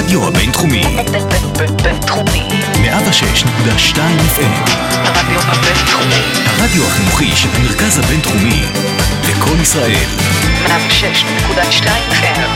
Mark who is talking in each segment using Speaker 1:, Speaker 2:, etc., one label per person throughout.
Speaker 1: הרדיו הבינתחומי.
Speaker 2: בינתחומי.
Speaker 1: 106.2 FM.
Speaker 2: הרדיו הבינתחומי.
Speaker 1: הרדיו החינוכי של המרכז הבינתחומי. לכל ישראל.
Speaker 2: 106.2 FM.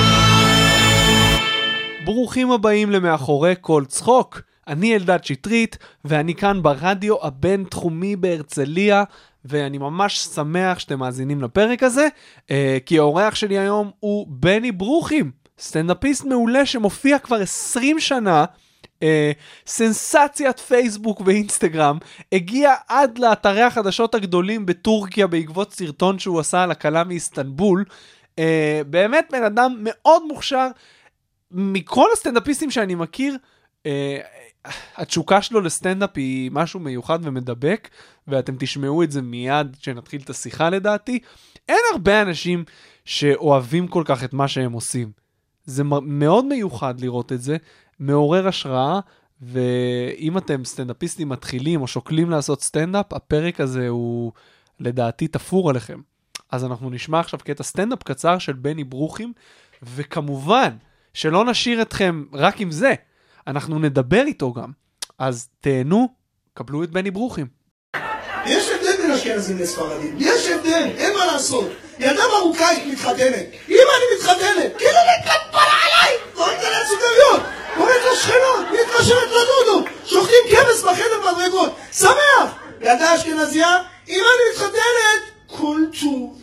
Speaker 3: ברוכים הבאים למאחורי כל צחוק. אני אלדד שטרית, ואני כאן ברדיו הבינתחומי בהרצליה, ואני ממש שמח שאתם מאזינים לפרק הזה, כי האורח שלי היום הוא בני ברוכים, סטנדאפיסט מעולה שמופיע כבר 20 שנה, סנסציית פייסבוק ואינסטגרם, הגיע עד לאתרי החדשות הגדולים בטורקיה בעקבות סרטון שהוא עשה על הקלה מאיסטנבול, באמת בן אדם מאוד מוכשר, מכל הסטנדאפיסטים שאני מכיר, התשוקה שלו לסטנדאפ היא משהו מיוחד ומדבק, ואתם תשמעו את זה מיד כשנתחיל את השיחה לדעתי. אין הרבה אנשים שאוהבים כל כך את מה שהם עושים. זה מאוד מיוחד לראות את זה, מעורר השראה, ואם אתם סטנדאפיסטים מתחילים או שוקלים לעשות סטנדאפ, הפרק הזה הוא לדעתי תפור עליכם. אז אנחנו נשמע עכשיו קטע סטנדאפ קצר של בני ברוכים, וכמובן שלא נשאיר אתכם רק עם זה, אנחנו נדבר איתו גם. אז תהנו, קבלו את בני ברוכים.
Speaker 4: יש הבדל בין אשכנזים לספרדים, יש הבדל, אין מה לעשות. ילדה מרוקאית מתחתנת, אמא אני מתחתנת, כאילו נתקפלה עליי, לא ניתנת סוכריות, קוראת לשכנות, מתקשרת לדודו, שוחטים כבש בחדר מדרגות, שמח! ילדה אשכנזיה, אמא אני מתחתנת, כל טוב.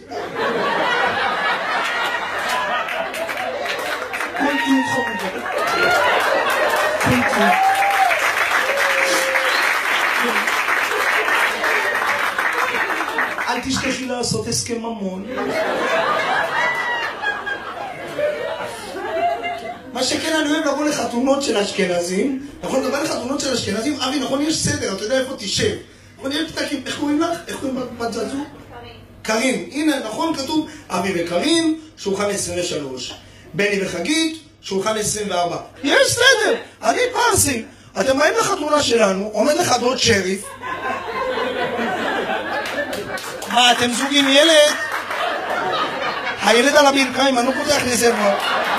Speaker 4: כל טוב חמודה. כל טוב. אל תשכחי לעשות הסכם ממון. מה שכן אני אוהב לבוא לחתונות של אשכנזים, נכון, לדבר לחתונות של אשכנזים, אבי, נכון, יש סדר, אתה יודע איפה תשב. נכון, יש פתקים, איך קוראים לך? איך קוראים בת זזו? קרין. הנה, נכון, כתוב, אבי וקרין, שולחן 23. בני וחגית, שולחן 24. יש סדר, אני פרסי. אתם באים לחתונה שלנו, עומד לך דוד שריף. מה, אתם זוג עם ילד? הילד על הברכיים, אני לא פותח רזרבה.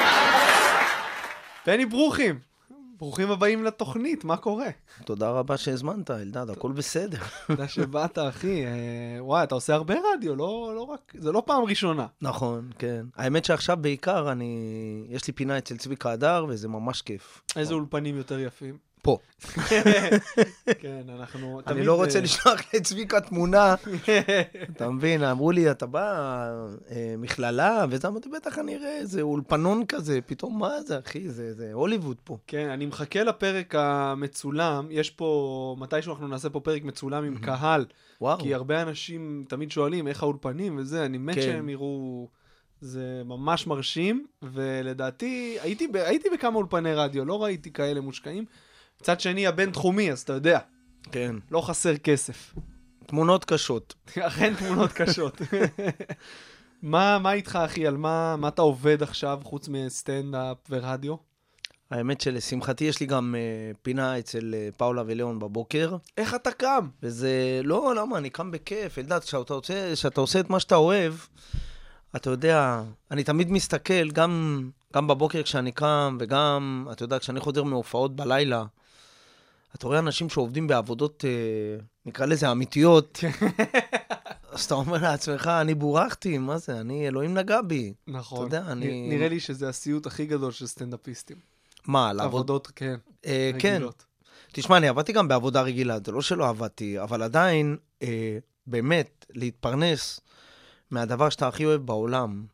Speaker 3: בני ברוכים, ברוכים הבאים לתוכנית, מה קורה?
Speaker 5: תודה רבה שהזמנת, אלדד, הכל בסדר.
Speaker 3: תודה שבאת, אחי. וואי, אתה עושה הרבה רדיו, לא רק, זה לא פעם ראשונה.
Speaker 5: נכון, כן. האמת שעכשיו בעיקר יש לי פינה אצל צביקה הדר, וזה ממש כיף.
Speaker 3: איזה אולפנים יותר יפים.
Speaker 5: פה.
Speaker 3: כן, אנחנו...
Speaker 5: אני לא רוצה לשלוח לצביקה תמונה. אתה מבין, אמרו לי, אתה בא מכללה, וזה אמרתי, בטח אני אראה איזה אולפנון כזה, פתאום מה זה, אחי? זה הוליווד פה.
Speaker 3: כן, אני מחכה לפרק המצולם, יש פה, מתישהו אנחנו נעשה פה פרק מצולם עם קהל, כי הרבה אנשים תמיד שואלים איך האולפנים וזה, אני מת שהם יראו, זה ממש מרשים, ולדעתי, הייתי בכמה אולפני רדיו, לא ראיתי כאלה מושקעים, מצד שני, הבינתחומי, אז אתה יודע.
Speaker 5: כן.
Speaker 3: לא חסר כסף.
Speaker 5: תמונות קשות.
Speaker 3: אכן תמונות קשות. מה איתך, אחי? על מה אתה עובד עכשיו, חוץ מסטנדאפ ורדיו?
Speaker 5: האמת שלשמחתי יש לי גם פינה אצל פאולה וליאון בבוקר.
Speaker 3: איך אתה קם?
Speaker 5: וזה, לא, למה? אני קם בכיף. אלדד, כשאתה עושה את מה שאתה אוהב, אתה יודע, אני תמיד מסתכל, גם בבוקר כשאני קם, וגם, אתה יודע, כשאני חודר מהופעות בלילה, אתה רואה אנשים שעובדים בעבודות, נקרא לזה אמיתיות, אז אתה אומר לעצמך, אני בורחתי, מה זה? אלוהים נגע בי.
Speaker 3: נכון.
Speaker 5: אתה יודע,
Speaker 3: נראה לי שזה הסיוט הכי גדול של סטנדאפיסטים.
Speaker 5: מה,
Speaker 3: עבודות, כן.
Speaker 5: כן. תשמע, אני עבדתי גם בעבודה רגילה, זה לא שלא עבדתי, אבל עדיין, באמת, להתפרנס מהדבר שאתה הכי אוהב בעולם,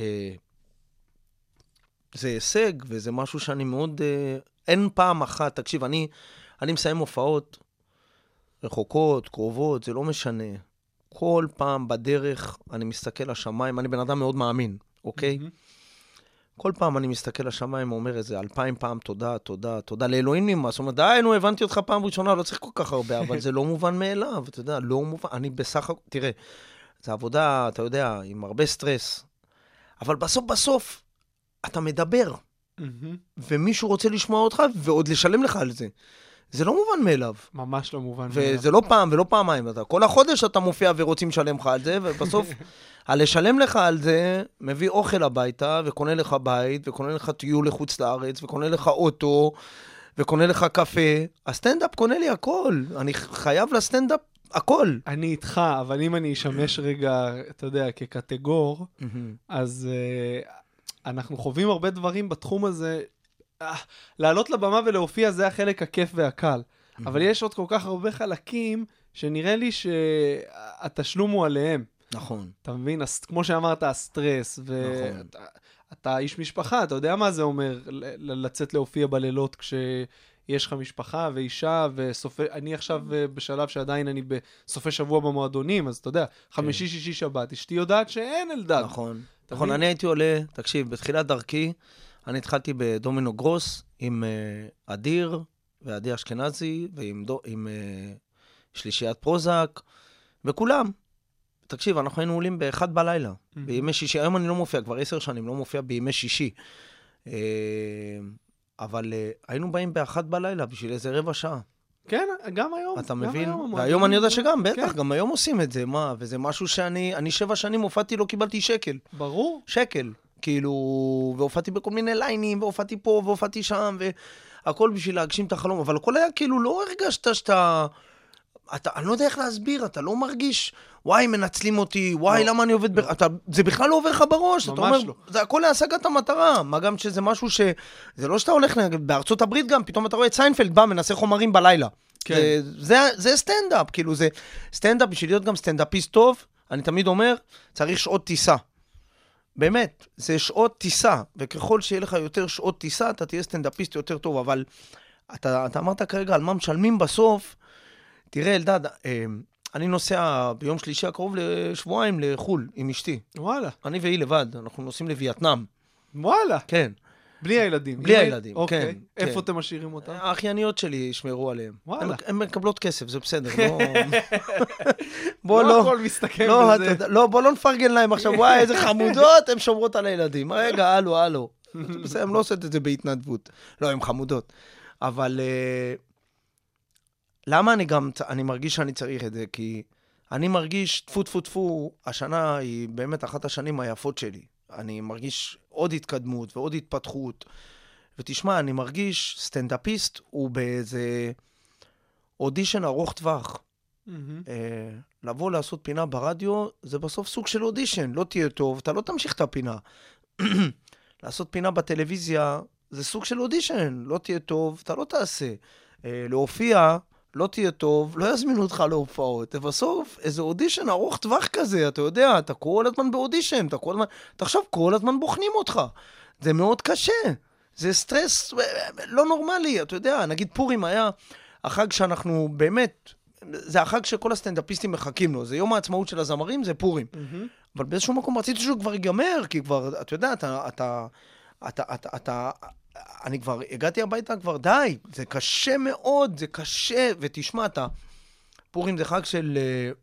Speaker 5: זה הישג, וזה משהו שאני מאוד... אין פעם אחת, תקשיב, אני מסיים הופעות רחוקות, קרובות, זה לא משנה. כל פעם בדרך אני מסתכל לשמיים, אני בן אדם מאוד מאמין, אוקיי? כל פעם אני מסתכל לשמיים, אומר איזה 2000 פעם תודה, תודה, תודה, לאלוהים נמאס. זאת אומרת, די, נו, הבנתי אותך פעם ראשונה, לא צריך כל כך הרבה, אבל זה לא מובן מאליו, אתה יודע, לא מובן, אני בסך הכל, תראה, זו עבודה, אתה יודע, עם הרבה סטרס, אבל בסוף, אתה מדבר, ומישהו רוצה לשמוע אותך, ועוד לשלם לך על זה. זה לא מובן מאליו.
Speaker 3: ממש לא מובן מאליו.
Speaker 5: וזה לא פעם ולא פעמיים. כל החודש אתה מופיע ורוצים לשלם לך על זה, ובסוף, לשלם לך על זה, מביא אוכל הביתה, וקונה לך בית, וקונה לך טיול לחוץ לארץ, וקונה לך אוטו, וקונה לך קפה. הסטנדאפ קונה לי הכל. אני חייב לסטנדאפ הכל.
Speaker 3: אני איתך, אבל אם אני אשמש רגע, אתה יודע, כקטגור, אז אנחנו חווים הרבה דברים בתחום הזה. לעלות לבמה ולהופיע זה החלק הכיף והקל. אבל יש עוד כל כך הרבה חלקים שנראה לי שהתשלום הוא עליהם.
Speaker 5: נכון.
Speaker 3: אתה מבין? כמו שאמרת, הסטרס, ואתה איש משפחה, אתה יודע מה זה אומר לצאת להופיע בלילות כשיש לך משפחה ואישה, אני עכשיו בשלב שעדיין אני בסופי שבוע במועדונים, אז אתה יודע, חמישי, שישי, שבת, אשתי יודעת שאין אלדד.
Speaker 5: נכון. נכון, אני הייתי עולה, תקשיב, בתחילת דרכי, אני התחלתי בדומינו גרוס עם אדיר ואדי אשכנזי ועם שלישיית פרוזק וכולם. תקשיב, אנחנו היינו עולים באחד בלילה, בימי שישי. היום אני לא מופיע, כבר 10 שנים, לא מופיע בימי שישי. אבל היינו באים באחד בלילה בשביל איזה רבע שעה.
Speaker 3: כן, גם היום.
Speaker 5: אתה מבין? והיום אני יודע שגם, בטח, גם היום עושים את זה, מה? וזה משהו אני 7 שנים הופעתי, לא קיבלתי שקל.
Speaker 3: ברור.
Speaker 5: שקל. כאילו, והופעתי בכל מיני ליינים, והופעתי פה, והופעתי שם, והכל בשביל להגשים את החלום. אבל הכל היה כאילו, לא הרגשת שאתה... אני לא יודע איך להסביר, אתה לא מרגיש, וואי, מנצלים אותי, וואי, למה אני עובד... זה בכלל לא עובר לך בראש.
Speaker 3: ממש לא.
Speaker 5: זה הכל להשגת המטרה. מה גם שזה משהו זה לא שאתה הולך... בארצות הברית גם, פתאום אתה רואה את סיינפלד בא, מנסה חומרים בלילה.
Speaker 3: כן.
Speaker 5: זה סטנדאפ, כאילו זה... סטנדאפ, בשביל להיות גם סטנדאפיסט טוב, אני תמיד אומר, צריך שעות טיסה. באמת, זה שעות טיסה, וככל שיהיה לך יותר שעות טיסה, אתה תהיה סטנדאפיסט יותר טוב, אבל אתה אמרת כרגע על מה משלמים בסוף. תראה, אלדד, אני נוסע ביום שלישי הקרוב לשבועיים לחול עם אשתי.
Speaker 3: וואלה.
Speaker 5: אני והיא לבד, אנחנו נוסעים לווייטנאם.
Speaker 3: וואלה.
Speaker 5: כן.
Speaker 3: בלי הילדים.
Speaker 5: בלי הילדים,
Speaker 3: אוקיי.
Speaker 5: כן.
Speaker 3: איפה אתם משאירים אותם?
Speaker 5: האחייניות שלי ישמרו עליהם.
Speaker 3: וואלה.
Speaker 5: הן מקבלות כסף, זה בסדר.
Speaker 3: לא הכל מסתכם בזה.
Speaker 5: לא, בוא לא נפרגן להם עכשיו, וואי, איזה חמודות, הן שומרות על הילדים. רגע, הלו. בסדר, הן לא עושות את זה בהתנדבות. לא, הן חמודות. אבל למה אני מרגיש שאני צריך את זה? כי אני מרגיש, טפו, השנה היא באמת אחת השנים היפות שלי. אני מרגיש עוד התקדמות ועוד התפתחות. ותשמע, אני מרגיש סטנדאפיסט הוא באיזה אודישן ארוך טווח. לבוא לעשות פינה ברדיו, זה בסוף סוג של אודישן. לא תהיה טוב, אתה לא תמשיך את הפינה. לעשות פינה בטלוויזיה, זה סוג של אודישן. לא תהיה טוב, אתה לא תעשה. להופיע, לא תהיה טוב, לא יזמינו אותך להופעות. ובסוף, איזה אודישן ארוך טווח כזה, אתה יודע, אתה כל הזמן באודישן, אתה עכשיו כל הזמן בוחנים אותך. זה מאוד קשה. זה סטרס לא נורמלי, אתה יודע. נגיד פורים היה החג שאנחנו באמת, זה החג שכל הסטנדאפיסטים מחכים לו. זה יום העצמאות של הזמרים, זה פורים. אבל באיזשהו מקום רציתי שהוא כבר ייגמר, כי כבר, אתה יודע, אני כבר הגעתי הביתה, כבר די, זה קשה מאוד, זה קשה, ותשמע, פורים זה חג של,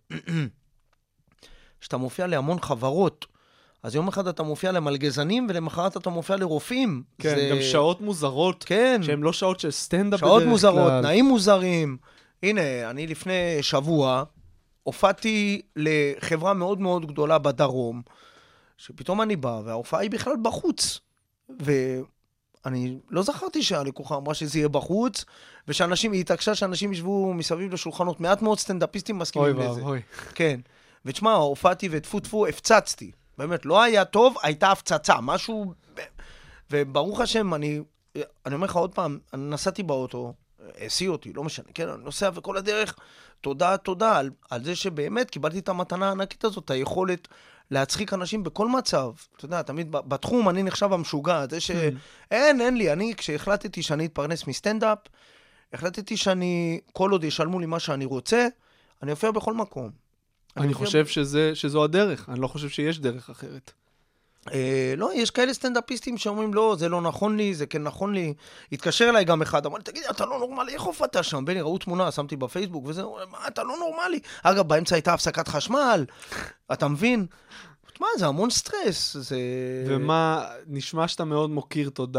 Speaker 5: שאתה מופיע להמון חברות, אז יום אחד אתה מופיע למלגזנים, ולמחרת אתה מופיע לרופאים.
Speaker 3: כן, גם שעות מוזרות,
Speaker 5: כן.
Speaker 3: שהן לא שעות של סטנדאפ בדרך כלל.
Speaker 5: שעות מוזרות, תנאים מוזרים. הנה, אני לפני שבוע, הופעתי לחברה מאוד מאוד גדולה בדרום, שפתאום אני בא, וההופעה היא בכלל בחוץ, אני לא זכרתי שהלקוחה אמרה שזה יהיה בחוץ, ושאנשים, היא התעקשה שאנשים ישבו מסביב לשולחנות, מעט מאוד סטנדאפיסטים מסכימים לזה.
Speaker 3: אוי.
Speaker 5: כן. ותשמע, הופעתי וטפו, הפצצתי. באמת, לא היה טוב, הייתה הפצצה, משהו... וברוך השם, אני אומר לך עוד פעם, אני נסעתי באוטו, העשי אותי, לא משנה, כן, אני נוסע וכל הדרך, תודה על זה שבאמת קיבלתי את המתנה הענקית הזאת, היכולת להצחיק אנשים בכל מצב. אתה יודע, תמיד בתחום אני נחשב המשוגע, זה שאין לי, אני כשהחלטתי שאני אתפרנס מסטנדאפ, החלטתי שאני, כל עוד ישלמו לי מה שאני רוצה, אני אופיע בכל מקום.
Speaker 3: אני חושב שזו הדרך, אני לא חושב שיש דרך אחרת.
Speaker 5: לא, יש כאלה סטנדאפיסטים שאומרים, לא, זה לא נכון לי, זה כן נכון לי. התקשר אליי גם אחד, אמר לי, תגיד, אתה לא נורמלי, איך הופעת שם? בני, ראו תמונה, שמתי בפייסבוק, וזה, מה, אתה לא נורמלי. אגב, באמצע הייתה הפסקת חשמל, אתה מבין? מה, זה המון סטרס.
Speaker 3: ומה, נשמע שאתה מאוד מוקיר תודה.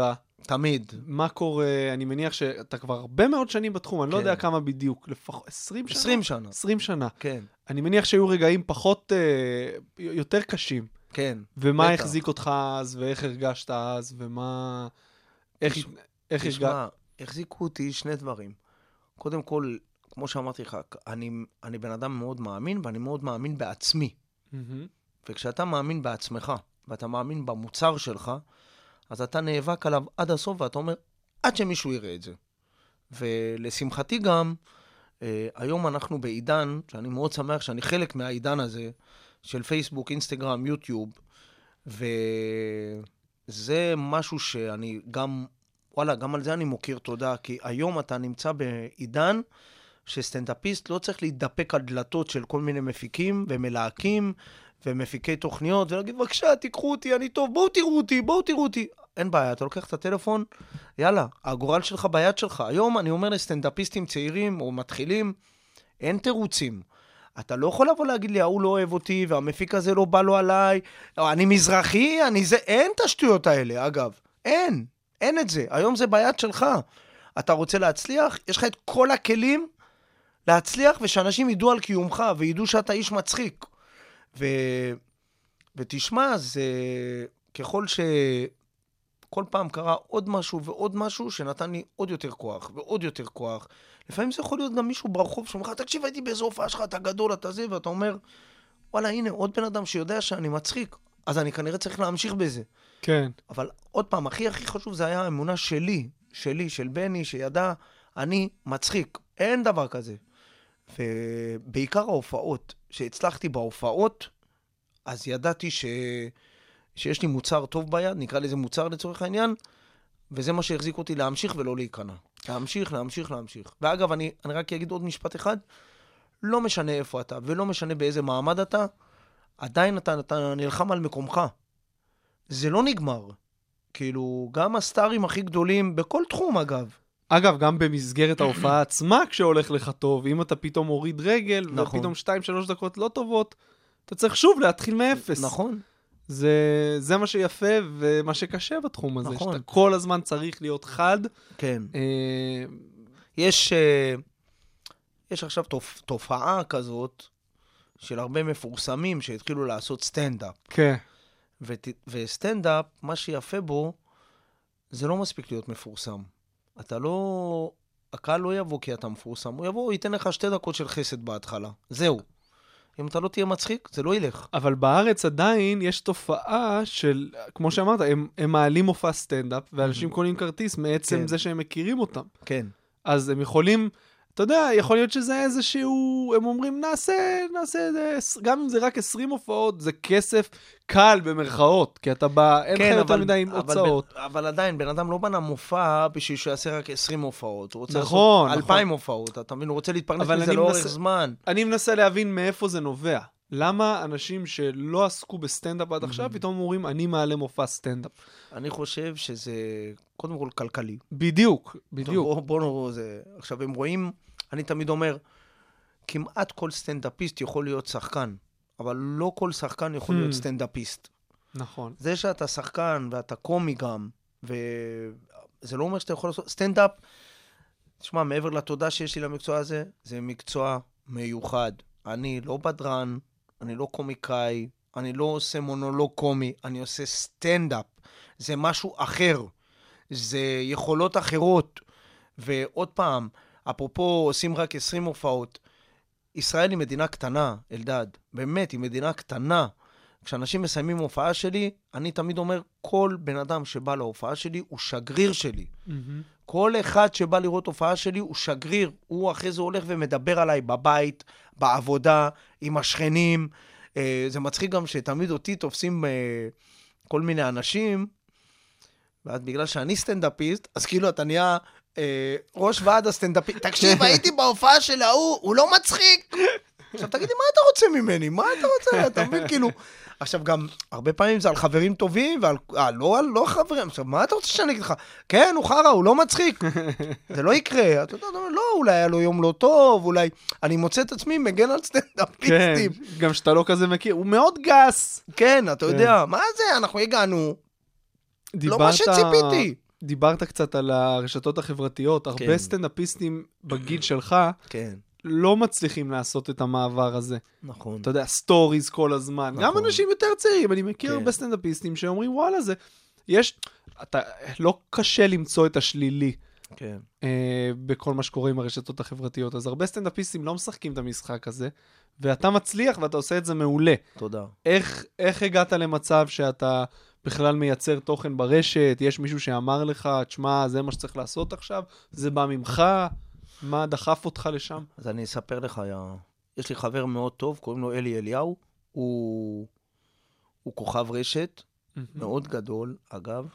Speaker 5: תמיד.
Speaker 3: מה קורה, אני מניח שאתה כבר הרבה מאוד שנים בתחום, אני לא יודע כמה בדיוק, לפחות 20 שנה?
Speaker 5: 20 שנה.
Speaker 3: 20 שנה.
Speaker 5: כן.
Speaker 3: אני מניח שהיו רגעים פחות, יותר קשים.
Speaker 5: כן.
Speaker 3: ומה החזיק אותך אז, ואיך הרגשת אז, ומה... איך הרגשת?
Speaker 5: תשמע, החזיקו אותי שני דברים. קודם כל, כמו שאמרתי לך, אני בן אדם מאוד מאמין, ואני מאוד מאמין בעצמי. וכשאתה מאמין בעצמך, ואתה מאמין במוצר שלך, אז אתה נאבק עליו עד הסוף, ואתה אומר, עד שמישהו יראה את זה. ולשמחתי גם, היום אנחנו בעידן, שאני מאוד שמח שאני חלק מהעידן הזה, של פייסבוק, אינסטגרם, יוטיוב, וזה משהו שאני גם, וואלה, גם על זה אני מוקיר תודה, כי היום אתה נמצא בעידן שסטנדאפיסט לא צריך להידפק על דלתות של כל מיני מפיקים ומלהקים ומפיקי תוכניות, ולהגיד, בבקשה, תיקחו אותי, אני טוב, בואו תראו אותי. אין בעיה, אתה לוקח את הטלפון, יאללה, הגורל שלך ביד שלך. היום אני אומר לסטנדאפיסטים צעירים או מתחילים, אין תירוצים. אתה לא יכול לבוא להגיד לי, הוא לא אוהב אותי, והמפיק הזה לא בא לו עליי, או, אני מזרחי, אני זה, אין את השטויות האלה, אגב. אין את זה. היום זה ביד שלך. אתה רוצה להצליח, יש לך את כל הכלים להצליח, ושאנשים ידעו על קיומך, וידעו שאתה איש מצחיק. ותשמע, זה ככל כל פעם קרה עוד משהו ועוד משהו שנתן לי עוד יותר כוח ועוד יותר כוח. לפעמים זה יכול להיות גם מישהו ברחוב שאומר לך, תקשיב, הייתי באיזו הופעה שלך, אתה גדול, אתה זה, ואתה אומר, וואלה, הנה, עוד בן אדם שיודע שאני מצחיק, אז אני כנראה צריך להמשיך בזה.
Speaker 3: כן.
Speaker 5: אבל עוד פעם, הכי חשוב זה היה האמונה שלי, של בני, שידע, אני מצחיק. אין דבר כזה. ובעיקר ההופעות, שהצלחתי בהופעות, אז ידעתי שיש לי מוצר טוב ביד, נקרא לזה מוצר לצורך העניין, וזה מה שהחזיק אותי להמשיך ולא להיכנע. להמשיך. ואגב, אני רק אגיד עוד משפט אחד, לא משנה איפה אתה, ולא משנה באיזה מעמד אתה, עדיין אתה נלחם על מקומך. זה לא נגמר. כאילו, גם הסטארים הכי גדולים, בכל תחום אגב.
Speaker 3: אגב, גם במסגרת ההופעה עצמה, כשהולך לך טוב, אם אתה פתאום מוריד רגל,
Speaker 5: נכון.
Speaker 3: ופתאום 2-3 דקות לא טובות, אתה צריך שוב להתחיל מאפס.
Speaker 5: נכון.
Speaker 3: זה מה שיפה ומה שקשה בתחום הזה,
Speaker 5: נכון.
Speaker 3: שאתה כל הזמן צריך להיות חד.
Speaker 5: כן. יש עכשיו תופעה כזאת של הרבה מפורסמים שהתחילו לעשות סטנדאפ.
Speaker 3: כן.
Speaker 5: וסטנדאפ, מה שיפה בו, זה לא מספיק להיות מפורסם. הקהל לא יבוא כי אתה מפורסם, הוא יבוא, הוא ייתן לך 2 דקות של חסד בהתחלה. זהו. אם אתה לא תהיה מצחיק, זה לא ילך.
Speaker 3: אבל בארץ עדיין יש תופעה של, כמו שאמרת, הם מעלים מופע סטנדאפ, ואנשים קונים כרטיס מעצם זה שהם מכירים אותם.
Speaker 5: כן.
Speaker 3: אז הם יכולים, אתה יודע, יכול להיות שזה איזשהו, הם אומרים, נעשה, גם אם זה רק 20 הופעות, זה כסף קל במרכאות, כי אתה בא, אין לך יותר מדי עם הוצאות.
Speaker 5: אבל עדיין, בן אדם לא בנה מופע בשביל שיעשה רק 20 הופעות. הוא רוצה
Speaker 3: נכון,
Speaker 5: לעשות 2,000 הופעות. אתה מבין, הוא רוצה להתפרנס מזה לאורך זמן.
Speaker 3: אני מנסה להבין מאיפה זה נובע. למה אנשים שלא עסקו בסטנדאפ עד עכשיו, פתאום אומרים, אני מעלה מופע סטנדאפ.
Speaker 5: אני חושב שזה, קודם כל, כלכלי.
Speaker 3: בדיוק.
Speaker 5: בוא נראה זה. עכשיו, הם רואים, אני תמיד אומר, כמעט כל סטנדאפיסט יכול להיות שחקן, אבל לא כל שחקן יכול להיות סטנדאפיסט.
Speaker 3: נכון.
Speaker 5: זה שאתה שחקן ואתה קומי גם, וזה לא אומר שאתה יכול לעשות סטנדאפ, תשמע, מעבר לתודה שיש לי למקצוע הזה, זה מקצוע מיוחד. אני לא בדרן, אני לא קומיקאי, אני לא עושה מונולוג קומי, אני עושה סטנדאפ. זה משהו אחר. זה יכולות אחרות. ועוד פעם, אפרופו עושים רק 20 הופעות. ישראל היא מדינה קטנה, אלדד. באמת, היא מדינה קטנה. כשאנשים מסיימים הופעה שלי, אני תמיד אומר, כל בן אדם שבא להופעה שלי הוא שגריר שלי. כל אחד שבא לראות הופעה שלי הוא שגריר. הוא אחרי זה הולך ומדבר עליי בבית, בעבודה, עם השכנים. זה מצחיק גם שתמיד אותי תופסים כל מיני אנשים, ואז בגלל שאני סטנדאפיסט, אז כאילו אתה נהיה ראש ועד הסטנדאפיסט. תקשיב, הייתי בהופעה של ההוא, הוא לא מצחיק. עכשיו תגידי, מה אתה רוצה ממני? מה אתה רוצה? אתה מבין, כאילו... עכשיו גם, הרבה פעמים זה על חברים טובים, לא חברים. עכשיו, מה אתה רוצה שאני אגיד לך? כן, הוא חרה, הוא לא מצחיק. זה לא יקרה. אתה יודע, לא, אולי היה לו יום לא טוב, אולי... אני מוצא את עצמי מגן על סטנדאפיסטים.
Speaker 3: כן, גם שאתה לא כזה מכיר. הוא מאוד גס.
Speaker 5: כן, אתה יודע, מה זה? אנחנו הגענו. לא מה שציפיתי.
Speaker 3: דיברת קצת על הרשתות החברתיות, הרבה סטנדאפיסטים בגיל שלך,
Speaker 5: כן.
Speaker 3: לא מצליחים לעשות את המעבר הזה.
Speaker 5: נכון.
Speaker 3: אתה יודע, סטוריז כל הזמן. גם אנשים יותר צעירים, אני מכיר
Speaker 5: כן.
Speaker 3: הרבה סטנדאפיסטים שאומרים, וואלה, לא קשה למצוא את השלילי
Speaker 5: כן.
Speaker 3: בכל מה שקורה עם הרשתות החברתיות. אז הרבה סטנדאפיסטים לא משחקים את המשחק הזה, ואתה מצליח ואתה עושה את זה מעולה.
Speaker 5: תודה.
Speaker 3: איך הגעת למצב שאתה בכלל מייצר תוכן ברשת? יש מישהו שאמר לך, תשמע, זה מה שצריך לעשות עכשיו? זה בא ממך? מה דחף אותך לשם?
Speaker 5: אז אני אספר לך, יש לי חבר מאוד טוב, קוראים לו אלי אליהו, הוא כוכב רשת, מאוד גדול, אגב,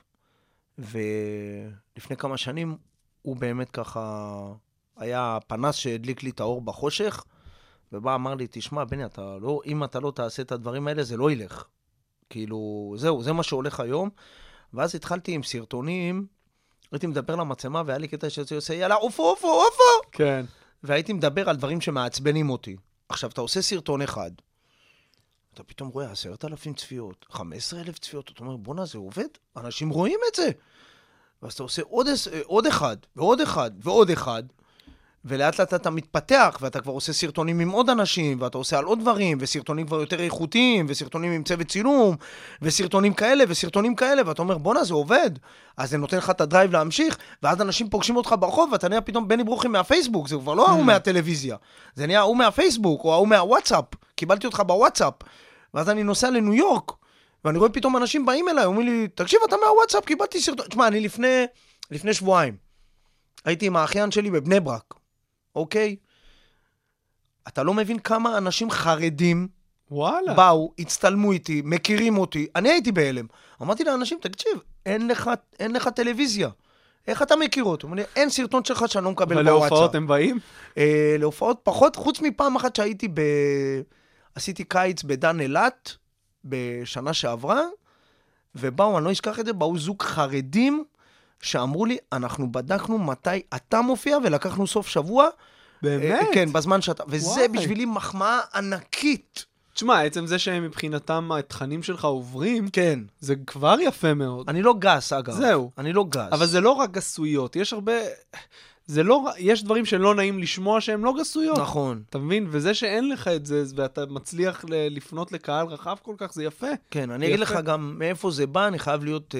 Speaker 5: ולפני כמה שנים הוא באמת ככה, היה פנס שהדליק לי את האור בחושך, ובא אמר לי, תשמע, בני, אם אתה לא תעשה את הדברים האלה, זה לא ילך. כאילו, זהו, זה מה שהולך היום. ואז התחלתי עם סרטונים, הייתי מדבר למצלמה, והיה לי קטע שזה עושה, יאללה, אופו.
Speaker 3: כן.
Speaker 5: והייתי מדבר על דברים שמעצבנים אותי. עכשיו, אתה עושה סרטון אחד, אתה פתאום רואה 10,000 צפיות, 15,000 צפיות, אתה אומר, בונה, זה עובד? אנשים רואים את זה. ואז אתה עושה עוד אחד, ועוד אחד, ולאט לאט אתה מתפתח, ואתה כבר עושה סרטונים עם עוד אנשים, ואתה עושה על עוד דברים, וסרטונים כבר יותר איכותיים, וסרטונים עם צוות צילום, וסרטונים כאלה, ואתה אומר, בונה, זה עובד. אז זה נותן לך את הדרייב להמשיך, ואז אנשים פוגשים אותך ברחוב, ואתה נהיה פתאום בני ברוכי מהפייסבוק, זה כבר לא ההוא מהטלוויזיה, זה נהיה ההוא מהפייסבוק, או ההוא מהוואטסאפפ, קיבלתי אותך בוואטסאפ, ואז אני נוסע לניו יורק, ואני רואה פתאום אנשים באים אליי, אומרים לי, תקשיב, אתה מהוואטסאפ, קיבלתי סרטון. תשמע, אני לפני שבועיים, הייתי עם האחיין שלי בבני ברק, אוקיי? אתה לא מבין כמה אנשים חרדים
Speaker 3: וואלה.
Speaker 5: באו, הצטלמו איתי, מכירים אותי, אני הייתי בהלם. אמרתי לאנשים, תקשיב, אין לך טלוויזיה. איך אתה מכיר אותו? אין סרטון שלך שאני לא מקבל בוואטסאפ.
Speaker 3: ולהופעות הם באים?
Speaker 5: להופעות פחות, חוץ מפעם אחת שהייתי עשיתי קיץ בדן אילת, בשנה שעברה, ובאו, אני לא אשכח את זה, באו זוג חרדים, שאמרו לי, אנחנו בדקנו מתי אתה מופיע, ולקחנו סוף שבוע.
Speaker 3: באמת?
Speaker 5: כן, בזמן שאתה, וזה בשבילי מחמאה ענקית.
Speaker 3: תשמע, עצם זה שהם מבחינתם התכנים שלך עוברים,
Speaker 5: כן.
Speaker 3: זה כבר יפה מאוד.
Speaker 5: אני לא גס, אגב.
Speaker 3: זהו.
Speaker 5: אני לא גס.
Speaker 3: אבל זה לא רק גסויות, יש הרבה... יש דברים שלא נעים לשמוע שהם לא גסויות.
Speaker 5: נכון.
Speaker 3: אתה מבין? וזה שאין לך את זה, ואתה מצליח לפנות לקהל רחב כל כך, זה יפה.
Speaker 5: כן, אני אגיד לך גם מאיפה זה בא, אני חייב להיות...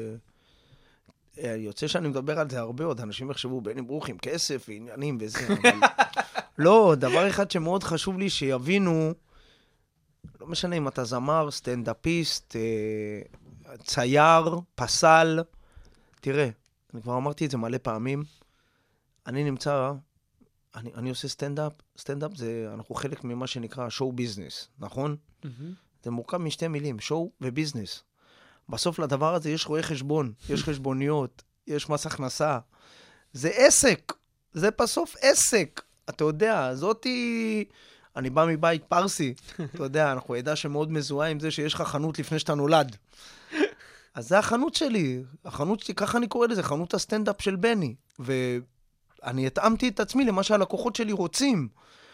Speaker 5: יוצא שאני מדבר על זה הרבה עוד, אנשים יחשבו בני ברוכים, כסף ועניינים וזה, אבל... לא, דבר אחד שמאוד חשוב לי שיבינו, לא משנה אם אתה זמר, סטנדאפיסט, צייר, פסל, תראה, אני כבר אמרתי את זה מלא פעמים, אני עושה סטנדאפ זה, אנחנו חלק ממה שנקרא שואו ביזנס, נכון? זה מורכב משתי מילים, שואו וביזנס. בסוף לדבר הזה יש רואי חשבון, יש חשבוניות, יש מס הכנסה. זה עסק, זה בסוף עסק. אתה יודע, אני בא מבית פרסי, אתה יודע, אנחנו ידע שמאוד מזוהה עם זה שיש לך חנות לפני שאתה נולד. אז זה החנות שלי, ככה אני קורא לזה, חנות הסטנדאפ של בני. ואני התאמתי את עצמי למה שהלקוחות שלי רוצים.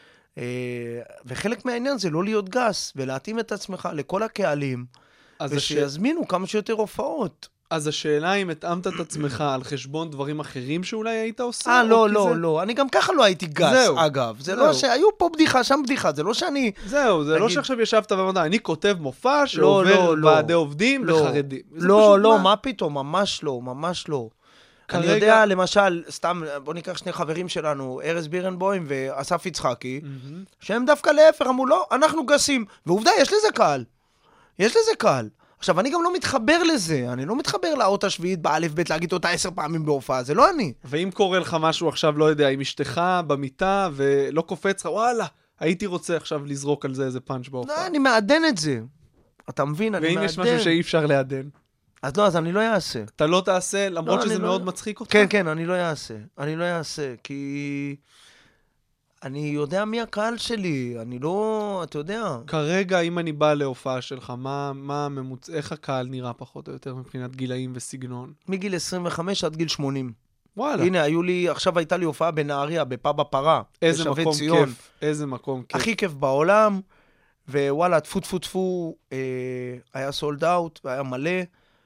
Speaker 5: וחלק מהעניין זה לא להיות גס, ולהתאים את עצמך לכל הקהלים, ושיזמינו כמה שיותר הופעות.
Speaker 3: אז השאלה אם התאמת את עצמך על חשבון דברים אחרים שאולי היית עושה?
Speaker 5: לא. אני גם ככה לא הייתי גס, אגב. זה לא שהיו פה בדיחה, שם בדיחה. זה לא שאני...
Speaker 3: זהו, זה לא שעכשיו ישבת ואמרת, אני כותב מופע שעובר ועדי עובדים לחרדים.
Speaker 5: לא, מה פתאום? ממש לא. אני יודע, למשל, סתם, בוא ניקח שני חברים שלנו, ארז בירנבוים ואסף יצחקי, שהם דווקא להפך, אמרו, לא, אנחנו גסים. ועובדה, יש לזה קהל. עכשיו, אני גם לא מתחבר לזה, אני לא מתחבר לאות השביעית באלף בית להגיד אותה 10 פעמים בהופעה, זה לא אני.
Speaker 3: ואם קורה לך משהו עכשיו, לא יודע, עם אשתך במיטה, ולא קופץ לך, וואלה, הייתי רוצה עכשיו לזרוק על זה איזה פאנץ' בהופעה.
Speaker 5: לא, אני מעדן את זה. אתה מבין, אני מעדן.
Speaker 3: ואם יש משהו שאי אפשר לעדן?
Speaker 5: אז אני לא אעשה.
Speaker 3: אתה לא תעשה, למרות שזה מאוד מצחיק אותך?
Speaker 5: כן, אני לא אעשה, כי... אני יודע מי הקהל שלי, אני לא, אתה יודע.
Speaker 3: כרגע, אם אני בא להופעה שלך, איך הקהל נראה פחות או יותר מבחינת גילאים וסגנון?
Speaker 5: מגיל 25 עד גיל 80.
Speaker 3: וואלה.
Speaker 5: הנה, עכשיו הייתה לי הופעה בנהריה, בפאב הפרה.
Speaker 3: איזה מקום כיף, איזה מקום כיף.
Speaker 5: הכי כיף בעולם, ווואלה, טפו, היה סולד אאוט, והיה מלא,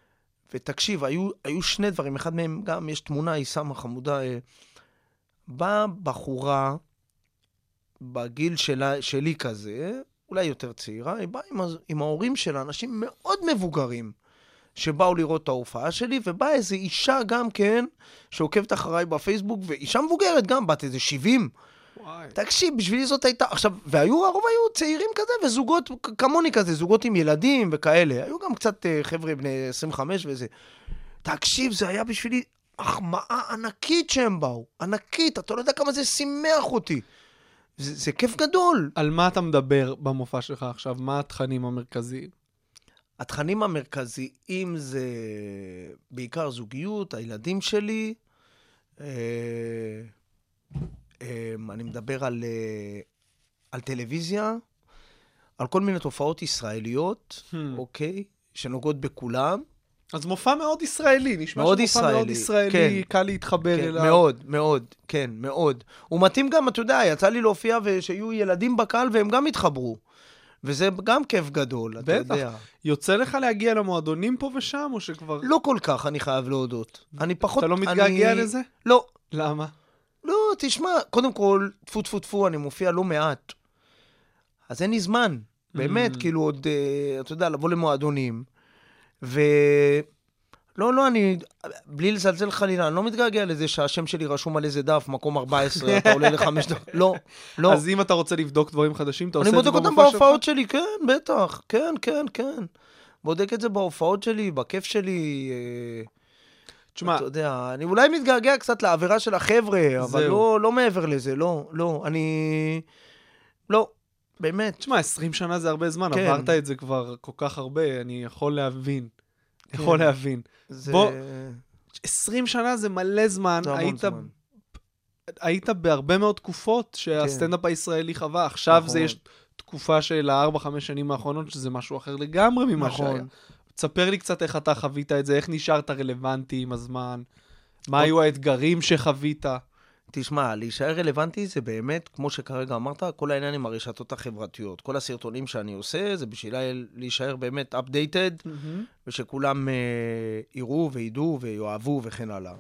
Speaker 5: ותקשיב, היו שני דברים, אחד מהם גם, יש תמונה, היא שמה חמודה, באה בחורה בגיל שלי כזה, אולי יותר צעירה, היא באה עם ההורים שלה, אנשים מאוד מבוגרים, שבאו לראות את ההופעה שלי, ובאה איזו אישה גם כן, שעוקבת אחריי בפייסבוק, ואישה מבוגרת גם, בת איזה 70.
Speaker 3: וואי.
Speaker 5: תקשיב, בשבילי זאת הייתה, עכשיו, הרוב היו צעירים כזה, וזוגות כמוני כזה, זוגות עם ילדים וכאלה. היו גם קצת חבר'ה בני 25 וזה. תקשיב, זה היה בשבילי החמאה ענקית שהם באו. ענקית, אתה לא יודע כמה זה שימח אותי. זה כיף גדול.
Speaker 3: על מה אתה מדבר במופע שלך עכשיו? מה התכנים המרכזיים?
Speaker 5: התכנים המרכזיים זה בעיקר זוגיות, הילדים שלי. אני מדבר על טלוויזיה, על כל מיני תופעות ישראליות, אוקיי? שנוגעות בכולם.
Speaker 3: אז מופע מאוד ישראלי, נשמע
Speaker 5: מאוד
Speaker 3: שמופע מאוד ישראלי,
Speaker 5: כן.
Speaker 3: קל להתחבר
Speaker 5: כן,
Speaker 3: אליו.
Speaker 5: מאוד, מאוד, כן, מאוד. הוא מתאים גם, אתה יודע, יצא לי להופיע ושיהיו ילדים בקהל והם גם התחברו. וזה גם כיף גדול, אתה יודע.
Speaker 3: בטח. יוצא לך להגיע למועדונים פה ושם, או שכבר...
Speaker 5: לא כל כך, אני חייב להודות. אני פחות...
Speaker 3: אתה לא מתגעגע לזה?
Speaker 5: לא.
Speaker 3: למה?
Speaker 5: לא, תשמע, קודם כל, טפו טפו טפו, אני מופיע לא מעט. אז אין לי זמן, באמת, כאילו עוד, אתה יודע, לבוא למועדונים. לא, אני, בלי לזלזל חלילה, אני לא מתגעגע לזה שהשם שלי רשום על איזה דף, מקום 14, אתה עולה ל5 דקות. לא, לא.
Speaker 3: אז אם אתה רוצה לבדוק דברים חדשים, אתה עושה
Speaker 5: אני
Speaker 3: את זה
Speaker 5: בודק
Speaker 3: במופע
Speaker 5: אותם
Speaker 3: שלך?
Speaker 5: בהופעות שלי, כן, בטח, כן. בודק את זה בהופעות שלי, בכיף שלי.
Speaker 3: תשמע,
Speaker 5: אתה יודע, אני אולי מתגעגע קצת לעבירה של החבר'ה, אבל לא מעבר לזה, לא, לא, באמת.
Speaker 3: תשמע, 20 שנה זה הרבה זמן,
Speaker 5: כן.
Speaker 3: עברת את זה כבר כל כך הרבה, אני יכול להבין. בוא, 20 שנה זה מלא זמן,
Speaker 5: זה המון זמן.
Speaker 3: היית בהרבה מאוד תקופות שהסטנדאפ הישראלי חווה, עכשיו זה יש תקופה של 4-5 שנים האחרונות, שזה משהו אחר לגמרי ממה שהיה. תספר לי קצת איך אתה חווית את זה, איך נשארת רלוונטי עם הזמן, מה היו האתגרים שחווית?
Speaker 5: תשמע, להישאר רלוונטי זה באמת, כמו שכרגע אמרת, כל העניין עם הרשתות החברתיות. כל הסרטונים שאני עושה, זה בשביל להישאר באמת updated, ושכולם יראו וידעו ויואבו וכן הלאה.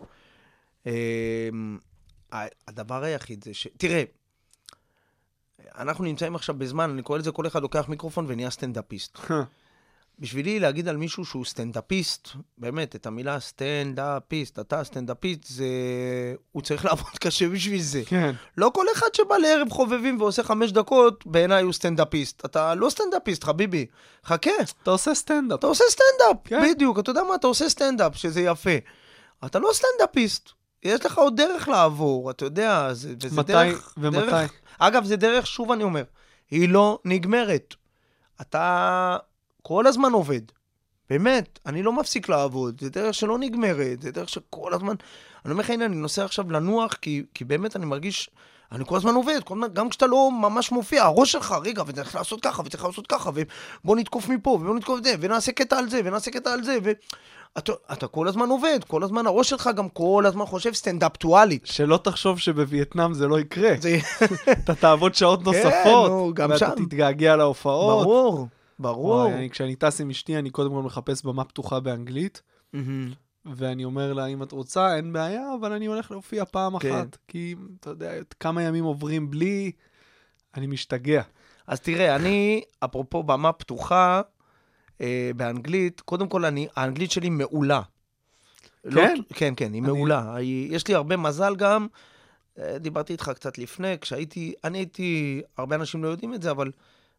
Speaker 5: הדבר היחיד זה תראה, אנחנו נמצאים עכשיו בזמן, אני קורא לזה כל אחד לוקח מיקרופון ונהיה סטנדאפיסט. בשבילי להגיד על מישהו שהוא סטנדאפיסט, באמת, את המילה סטנדאפיסט, אתה סטנדאפיסט, הוא צריך לעבוד קשה בשביל זה.
Speaker 3: כן.
Speaker 5: לא כל אחד שבא לערב חובבים ועושה 5 דקות, בעיניי הוא סטנדאפיסט. אתה לא סטנדאפיסט, חביבי. חכה.
Speaker 3: אתה עושה סטנדאפ.
Speaker 5: אתה עושה סטנדאפ,
Speaker 3: כן.
Speaker 5: בדיוק. אתה יודע מה? אתה עושה סטנדאפ, שזה יפה. אתה לא סטנדאפיסט. יש לך עוד דרך לעבור, אתה יודע, וזה דרך...
Speaker 3: ומתי?
Speaker 5: אגב, זה דרך, שוב אני אומר, היא לא נגמרת. אתה כל הזמן עובד. באמת, אני לא מפסיק לעבוד. זה דרך שלא נגמרת, זה דרך שכל הזמן... אני אומר לך, הנה, אני נוסע עכשיו לנוח, כי באמת אני מרגיש... אני כל הזמן עובד, גם כשאתה לא ממש מופיע, הראש שלך, רגע, וצריך לעשות ככה, וצריך לעשות ככה, ובוא נתקוף מפה, ובוא נתקוף את זה, ונעשה קטע על זה, ונעשה קטע על זה, אתה כל הזמן עובד, כל הזמן הראש שלך גם כל הזמן חושב סטנדאפטואלית.
Speaker 3: שלא תחשוב שבווייטנאם זה לא יקרה. אתה תעבוד שעות נוספות, ואתה תתגעגע להופעות.
Speaker 5: ברור.
Speaker 3: כשאני טס עם אשתי, אני קודם כל מחפש במה פתוחה באנגלית, ואני אומר לה, אם את רוצה, אין בעיה, אבל אני הולך להופיע פעם אחת, כי אתה יודע, כמה ימים עוברים בלי, אני משתגע.
Speaker 5: אז תראה, אני, אפרופו במה פתוחה, באנגלית, קודם כל, האנגלית שלי מעולה.
Speaker 3: כן?
Speaker 5: כן, היא מעולה. יש לי הרבה מזל גם, דיברתי איתך קצת לפני, אני הייתי, הרבה אנשים לא יודעים את זה, אבל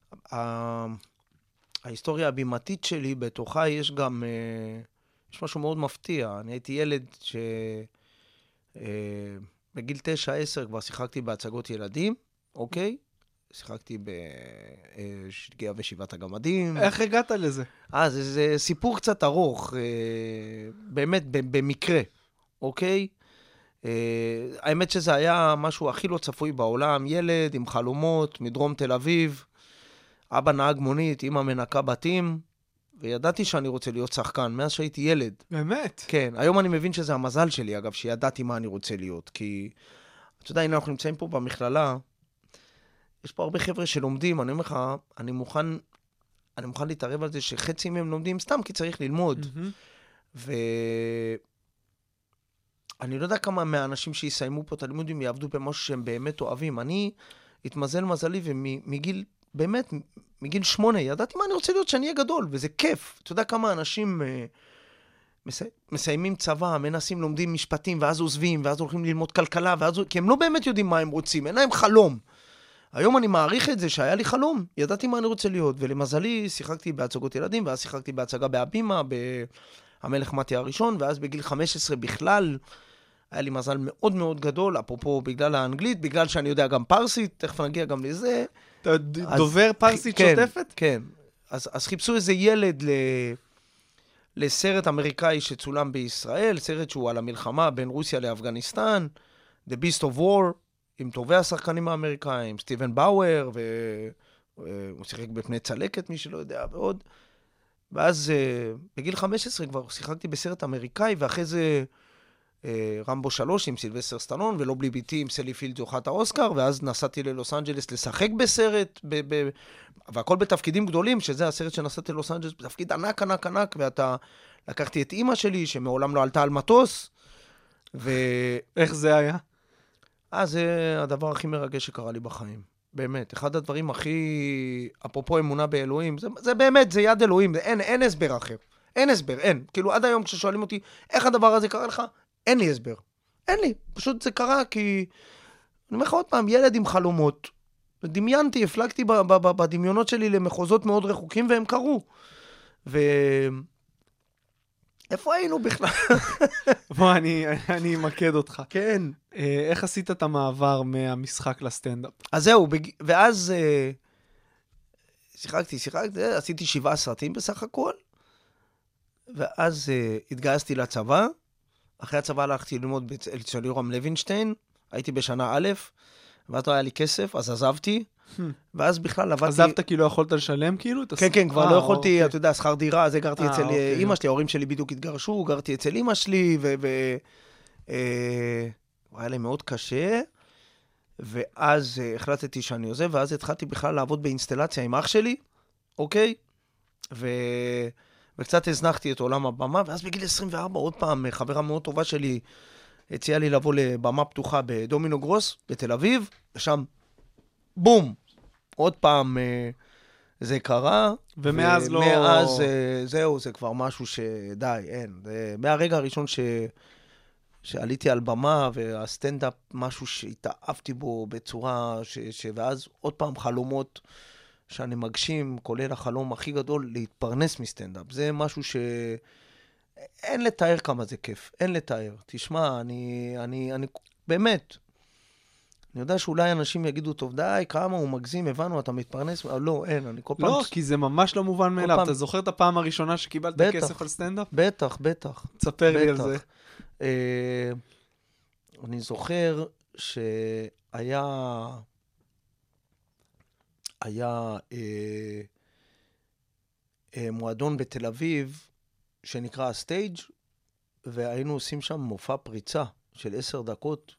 Speaker 5: ההיסטוריה הבימתית שלי, בתוכה יש גם, יש משהו מאוד מפתיע. אני הייתי ילד בגיל 9-10 כבר שיחקתי בהצגות ילדים, אוקיי? שיחקתי בשגיה ושבעת הגמדים.
Speaker 3: איך הגעת לזה?
Speaker 5: זה סיפור קצת ארוך, באמת במקרה, אוקיי? האמת שזה היה משהו הכי לא צפוי בעולם, ילד עם חלומות מדרום תל אביב, אבא נהג מונית, אמא מנקה בתים, וידעתי שאני רוצה להיות שחקן, מאז שהייתי ילד.
Speaker 3: באמת?
Speaker 5: כן, היום אני מבין שזה המזל שלי, אגב, שידעתי מה אני רוצה להיות, כי, אתה יודע, הנה אנחנו נמצאים פה במכללה, יש פה הרבה חבר'ה שלומדים, אני אומר לך, אני מוכן להתערב על זה שחצי מהם לומדים סתם כי צריך ללמוד. אני לא יודע כמה מהאנשים שיסיימו פה את הלימודים יעבדו במשהו שהם באמת אוהבים. אני התמזל מזלי, ומגיל, באמת, מגיל 8, ידעתי מה אני רוצה להיות שאני אהיה גדול, וזה כיף. אתה יודע כמה אנשים מסיימים צבא, מנסים, לומדים משפטים, ואז עוזבים, ואז הולכים ללמוד כלכלה, כי הם לא באמת יודעים מה הם רוצים, אין להם חלום. היום אני מעריך את זה שהיה לי חלום, ידעתי מה אני רוצה להיות, ולמזלי שיחקתי בהצגות ילדים, ואז שיחקתי בהצגה בהבימה, המלך מתי הראשון, ואז בגיל 15 בכלל, היה לי מזל מאוד מאוד גדול, אפרופו בגלל האנגלית, בגלל שאני יודע גם פרסית, תכף נגיע גם לזה.
Speaker 3: אתה דובר פרסית שוטפת?
Speaker 5: כן. אז חיפשו איזה ילד לסרט אמריקאי שצולם בישראל, סרט שהוא על המלחמה בין רוסיה לאפגניסטן, The Beast of War, עם טובי השחקנים האמריקאים, סטיבן באואר, והוא שיחק בפני צלקת, מי שלא יודע, ועוד. ואז בגיל 15 כבר שיחקתי בסרט אמריקאי, ואחרי זה רמבו 3 עם סילבסטר סטלון, ולא בלי ביטי עם סלי פילד זוכת האוסקר, ואז נסעתי ללוס אנג'לס לשחק בסרט, והכל בתפקידים גדולים, שזה הסרט שנסעתי ללוס אנג'לס, בתפקיד ענק, ענק, ענק, ואתה לקחתי את אמא שלי, שמעולם לא עלתה על מטוס,
Speaker 3: איך זה היה?
Speaker 5: זה הדבר הכי מרגש שקרה לי בחיים. באמת, אחד הדברים הכי, אפרופו אמונה באלוהים, זה באמת, זה יד אלוהים, אין הסבר אחר. אין הסבר, אין. כאילו, עד היום כששואלים אותי, איך הדבר הזה קרה לך? אין לי הסבר. אין לי. פשוט זה קרה כי, אני אומר לך עוד פעם, ילד עם חלומות. דמיינתי, הפלגתי בדמיונות שלי למחוזות מאוד רחוקים, והם קרו. איפה היינו בכלל?
Speaker 3: בוא, אני אמקד אותך.
Speaker 5: כן.
Speaker 3: איך עשית את המעבר מהמשחק לסטנדאפ?
Speaker 5: אז זהו, ואז שיחקתי, עשיתי 7 סרטים בסך הכל, ואז התגייסתי לצבא, אחרי הצבא הלכתי ללמוד אצל יורם לוינשטיין, הייתי בשנה א', ואז לא היה לי כסף, אז עזבתי, ואז בכלל עבדתי...
Speaker 3: עזבת כי לא יכולת לשלם כאילו?
Speaker 5: כן, כבר לא יכולתי, אתה יודע, שכר דירה, אז גרתי אצל אמא שלי, ההורים שלי בדיוק התגרשו, גרתי אצל אמא שלי, היה לי מאוד קשה, ואז החלטתי שאני עוזב, ואז התחלתי בכלל לעבוד באינסטלציה עם אח שלי, אוקיי? וקצת הזנחתי את עולם הבמה, ואז בגיל 24, עוד פעם, חברה מאוד טובה שלי הציעה לי לבוא לבמה פתוחה בדומינו גרוס, בתל אביב, ושם, בום! עוד פעם זה קרה.
Speaker 3: ומאז לא...
Speaker 5: מאז, זהו, זה כבר משהו שדי, אין. מהרגע הראשון שעליתי על במה, והסטנדאפ, משהו שהתאהבתי בו בצורה ואז עוד פעם חלומות שאני מגשים, כולל החלום הכי גדול, להתפרנס מסטנדאפ. זה משהו אין לתאר כמה זה כיף, אין לתאר. תשמע, אני באמת, אני יודע שאולי אנשים יגידו, טוב, די, כמה הוא מגזים, הבנו, אתה מתפרנס, לא, אין, אני כל פעם...
Speaker 3: לא, כי זה ממש לא מובן מאליו. אתה זוכר את הפעם הראשונה שקיבלת כסף על סטנדאפ?
Speaker 5: בטח.
Speaker 3: תספר לי על זה.
Speaker 5: אני זוכר שהיה מועדון בתל אביב שנקרא הסטייג', והיינו עושים שם מופע פריצה של 10 דקות,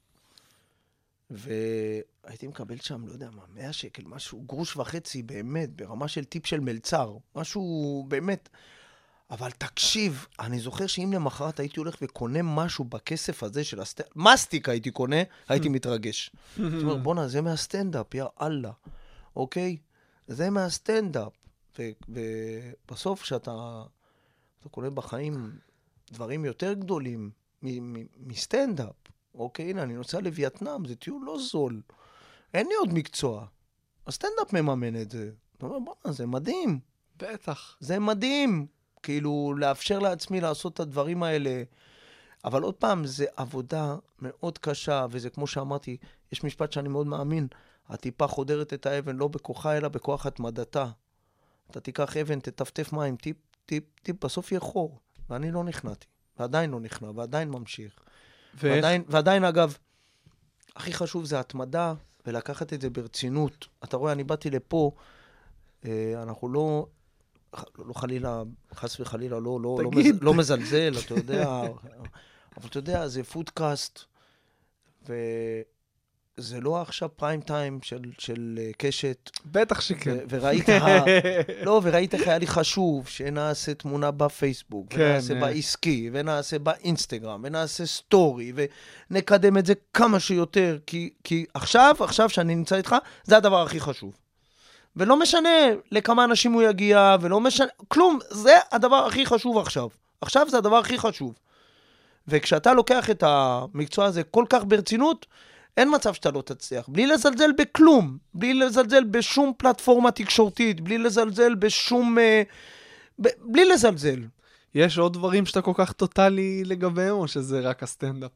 Speaker 5: והייתי מקבל שם, לא יודע מה, 100 שקל, משהו, גרוש וחצי באמת, ברמה של טיפ של מלצר, משהו באמת. אבל תקשיב, אני זוכר שאם למחרת הייתי הולך וקונה משהו בכסף הזה של מסטיק הייתי קונה, הייתי מתרגש. זאת אומרת, בונה, זה מהסטנדאפ, יא אללה. אוקיי? זה מהסטנדאפ. ובסוף שאתה קונה בחיים דברים יותר גדולים מסטנדאפ, אוקיי, הנה, אני נוסע לווייטנאם, זה טיול לא זול. אין לי עוד מקצוע. הסטנדאפ מממן את זה. אתה אומר, בוא, זה מדהים.
Speaker 3: בטח.
Speaker 5: זה מדהים. כאילו, לאפשר לעצמי לעשות את הדברים האלה. אבל עוד פעם, זה עבודה מאוד קשה, וזה כמו שאמרתי, יש משפט שאני מאוד מאמין, הטיפה חודרת את האבן לא בכוחה, אלא בכוח התמדתה. אתה תיקח אבן, תטפטף מים, טיפ, טיפ, טיפ, בסוף יהיה חור. ואני לא נכנעתי. ועדיין לא נכנע, ועדיין ממשיך. ועדיין, אגב, הכי חשוב זה התמדה, ולקחת את זה ברצינות. אתה רואה, אני באתי לפה, אנחנו לא חלילה, חס וחלילה, לא מזלזל, אתה יודע, אבל אתה יודע, זה פודקאסט, זה לא עכשיו פריים טיים של קשת.
Speaker 3: בטח שכן.
Speaker 5: וראית איך היה לי חשוב שנעשה תמונה בפייסבוק, ונעשה בעסקי, ונעשה באינסטגרם, ונעשה סטורי, ונקדם את זה כמה שיותר, כי עכשיו שאני נמצא איתך, זה הדבר הכי חשוב. ולא משנה לכמה אנשים הוא יגיע, ולא משנה, כלום, זה הדבר הכי חשוב עכשיו. עכשיו זה הדבר הכי חשוב. וכשאתה לוקח את המקצוע הזה כל כך ברצינות, אין מצב שאתה לא תצליח. בלי לזלזל בכלום, בלי לזלזל בשום פלטפורמה תקשורתית, בלי לזלזל בשום... בלי לזלזל.
Speaker 3: יש עוד דברים שאתה כל כך טוטלי לגביהם, או שזה רק הסטנדאפ?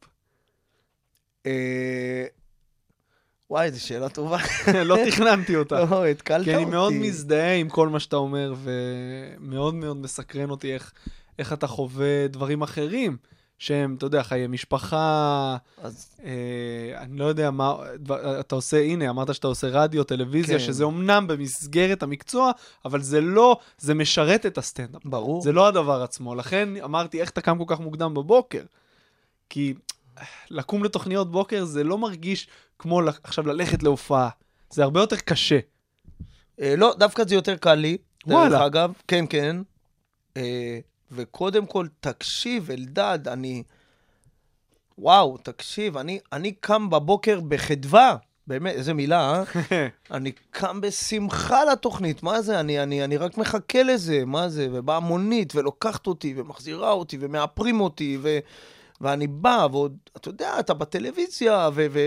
Speaker 5: וואי, זו שאלה טובה.
Speaker 3: לא תכננתי אותה.
Speaker 5: לא, התקלת אותי.
Speaker 3: כי אני מאוד מזדהה עם כל מה שאתה אומר, ומאוד מאוד מסקרן אותי איך אתה חווה דברים אחרים, שהם, אתה יודע, חיי משפחה, אני לא יודע מה, אתה עושה, הנה, אמרת שאתה עושה רדיו, טלוויזיה, שזה אומנם במסגרת המקצוע, אבל זה לא, זה משרת את הסטנדאפ.
Speaker 5: ברור.
Speaker 3: זה לא הדבר עצמו. לכן אמרתי, איך אתה קם כל כך מוקדם בבוקר? כי לקום לתוכניות בוקר זה לא מרגיש כמו עכשיו ללכת להופעה. זה הרבה יותר קשה.
Speaker 5: לא, דווקא זה יותר קל לי.
Speaker 3: וואלה.
Speaker 5: דרך אגב, כן, כן. וקודם כל, תקשיב, אלדד, וואו, תקשיב, אני קם בבוקר בחדווה, באמת, איזה מילה, אני קם בשמחה לתוכנית, מה זה? אני רק מחכה לזה, מה זה? ובאה מונית, ולוקחת אותי, ומחזירה אותי, ומאפרים אותי, ואני בא, ועוד, אתה יודע, אתה בטלוויזיה,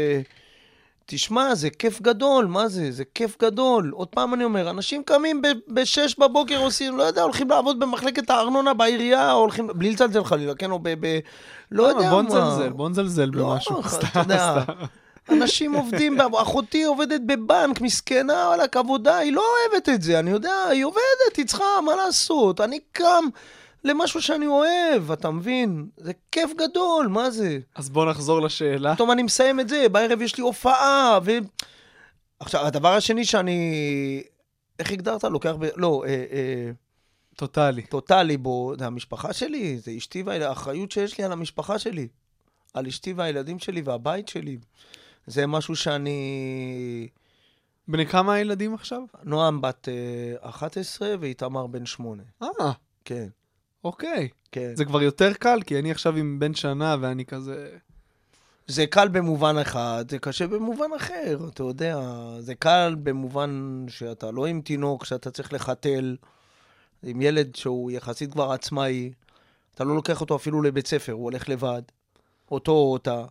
Speaker 5: תשמע, זה כיף גדול, מה זה? זה כיף גדול. עוד פעם אני אומר, אנשים קמים ב-6 בבוקר עושים, לא יודע, הולכים לעבוד במחלקת הארנונה בעירייה, או הולכים, בלי לצלזל חלילה, כן, או לא יודע מה.
Speaker 3: בוא נזלזל במשהו.
Speaker 5: אתה יודע, אנשים עובדים, אחותי עובדת בבנק, מסכנה, וואלה, עבודה, היא לא אוהבת את זה, אני יודע, היא עובדת, היא צריכה, מה לעשות? אני קם למשהו שאני אוהב, אתה מבין? זה כיף גדול, מה זה?
Speaker 3: אז בוא נחזור לשאלה.
Speaker 5: פתאום אני מסיים את זה, בערב יש לי הופעה, עכשיו, הדבר השני שאני... איך הגדרת? לוקח לא,
Speaker 3: טוטלי.
Speaker 5: טוטלי בו, זה המשפחה שלי, זה אשתי האחריות שיש לי על המשפחה שלי, על אשתי והילדים שלי והבית שלי. זה משהו שאני...
Speaker 3: בני כמה הילדים עכשיו?
Speaker 5: נועם בת 11 ואיתמר בן 8. כן.
Speaker 3: אוקיי.
Speaker 5: כן.
Speaker 3: זה כבר יותר קל, כי אני עכשיו עם בן שנה ואני כזה...
Speaker 5: זה קל במובן אחד, זה קשה במובן אחר, אתה יודע. זה קל במובן שאתה לא עם תינוק, שאתה צריך לחתל, עם ילד שהוא יחסית כבר עצמאי, אתה לא לוקח אותו אפילו לבית ספר, הוא הולך לבד, אותו או אותה.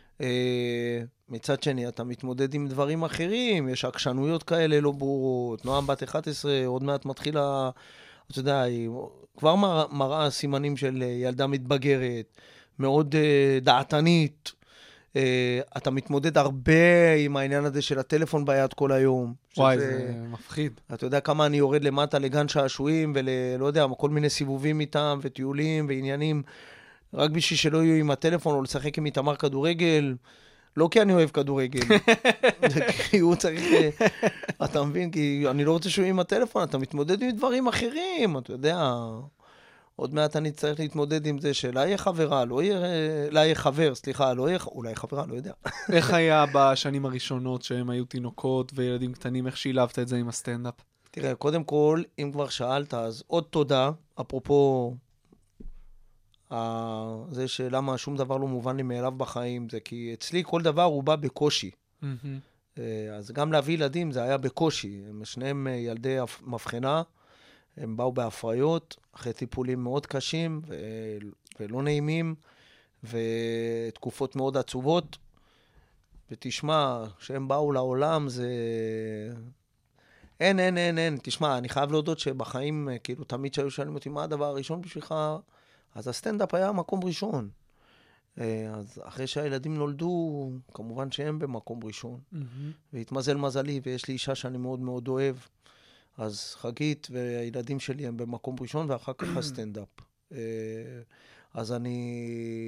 Speaker 5: מצד שני, אתה מתמודד עם דברים אחרים, יש עקשנויות כאלה לא ברורות, נועם בת 11, עוד מעט מתחילה, אתה יודע, היא כבר מראה סימנים של ילדה מתבגרת, מאוד דעתנית, אתה מתמודד הרבה עם העניין הזה של הטלפון ביד כל היום.
Speaker 3: וואי, זה מפחיד.
Speaker 5: אתה יודע כמה אני יורד למטה לגן שעשועים, ולא יודע, כל מיני סיבובים איתם, וטיולים ועניינים, רק בשביל שלא יהיו עם הטלפון, או לשחק עם איתמר כדורגל, לא כי אני אוהב כדורגל, כי הוא צריך, אתה מבין, כי אני לא רוצה שהוא עם הטלפון, אתה מתמודד עם דברים אחרים, אתה יודע, עוד מעט אני צריך להתמודד עם זה שאלה יהיה חברה, לא יהיה חבר, סליחה, לא יהיה, אולי חברה, לא יודע.
Speaker 3: איך היה בשנים הראשונות שהם היו תינוקות וילדים קטנים, איך שילבת את זה עם הסטנדאפ?
Speaker 5: תראה, קודם כל, אם כבר שאלת, אז עוד תודה, אפרופו זה שלמה שום דבר לא מובן לי מאליו בחיים, זה כי אצלי כל דבר הוא בא בקושי. אז גם להביא ילדים זה היה בקושי. הם שניהם ילדי מבחנה, הם באו בהפריות, אחרי טיפולים מאוד קשים ולא נעימים, ותקופות מאוד עצובות. ותשמע, שהם באו לעולם זה... אין. תשמע, אני חייב להודות שבחיים, כאילו, תמיד שהיו שואלים אותי, מה הדבר הראשון בשבילך? אז הסטנדאפ היה מקום ראשון. אז אחרי שהילדים נולדו, כמובן שהם במקום ראשון. והתמזל מזלי, ויש לי אישה שאני מאוד מאוד אוהב. אז חגית והילדים שלי הם במקום ראשון, ואחר כך הסטנדאפ. אז אני...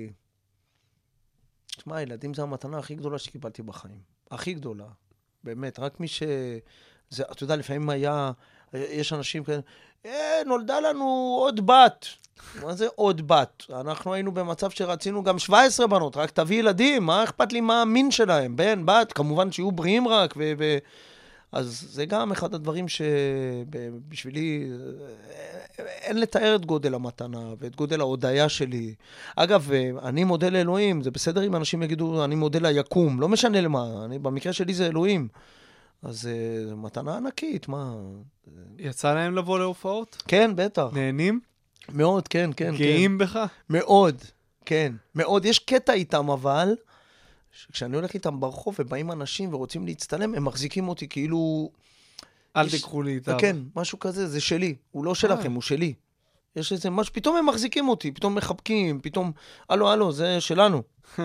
Speaker 5: תשמע, ילדים זה המתנה הכי גדולה שקיבלתי בחיים. הכי גדולה. באמת, רק מי ש... זה, אתה יודע, לפעמים היה יש אנשים כאלה, נולדה לנו עוד בת. מה זה עוד בת? אנחנו היינו במצב שרצינו גם 17 בנות, רק תביא ילדים, מה אכפת לי מה המין שלהם? בן, בת, כמובן שיהיו בריאים רק, אז זה גם אחד הדברים שבשבילי אין לתאר את גודל המתנה ואת גודל ההודעה שלי. אגב, אני מודה לאלוהים, זה בסדר אם אנשים יגידו, אני מודה ליקום, לא משנה למה, במקרה שלי זה אלוהים. אז זו מתנה ענקית, מה?
Speaker 3: יצא להם לבוא להופעות?
Speaker 5: כן, בטח.
Speaker 3: נהנים?
Speaker 5: מאוד, כן.
Speaker 3: גאים בך?
Speaker 5: מאוד, כן. מאוד. יש קטע איתם, אבל כשאני הולך איתם ברחוב ובאים אנשים ורוצים להצטלם, הם מחזיקים אותי כאילו...
Speaker 3: אל תקחו לי איתם.
Speaker 5: כן, משהו כזה, זה שלי. הוא לא שלכם, הוא שלי. יש איזה משהו, פתאום הם מחזיקים אותי, פתאום מחבקים, פתאום, הלו, זה שלנו.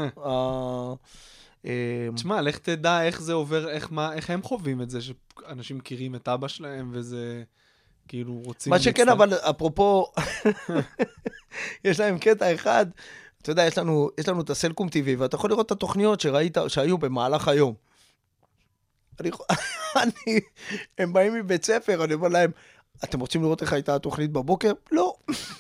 Speaker 3: תשמע, לך תדע איך זה עובר, איך הם חווים את זה, שאנשים מכירים את אבא שלהם, וזה כאילו רוצים...
Speaker 5: מה שכן, אבל אפרופו, יש להם קטע אחד, אתה יודע, יש לנו את הסלקום TV, ואתה יכול לראות את התוכניות שראית, שהיו במהלך היום. הם באים מבית ספר, אני אומר להם, אתם רוצים לראות איך הייתה התוכנית בבוקר? לא.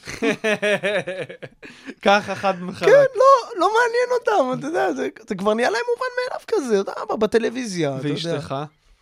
Speaker 3: ככה חד מחלק.
Speaker 5: כן, לא מעניין אותם, אתה יודע, זה כבר נהיה להם מובן מאליו כזה, אתה יודע, בטלוויזיה.
Speaker 3: ואשתך?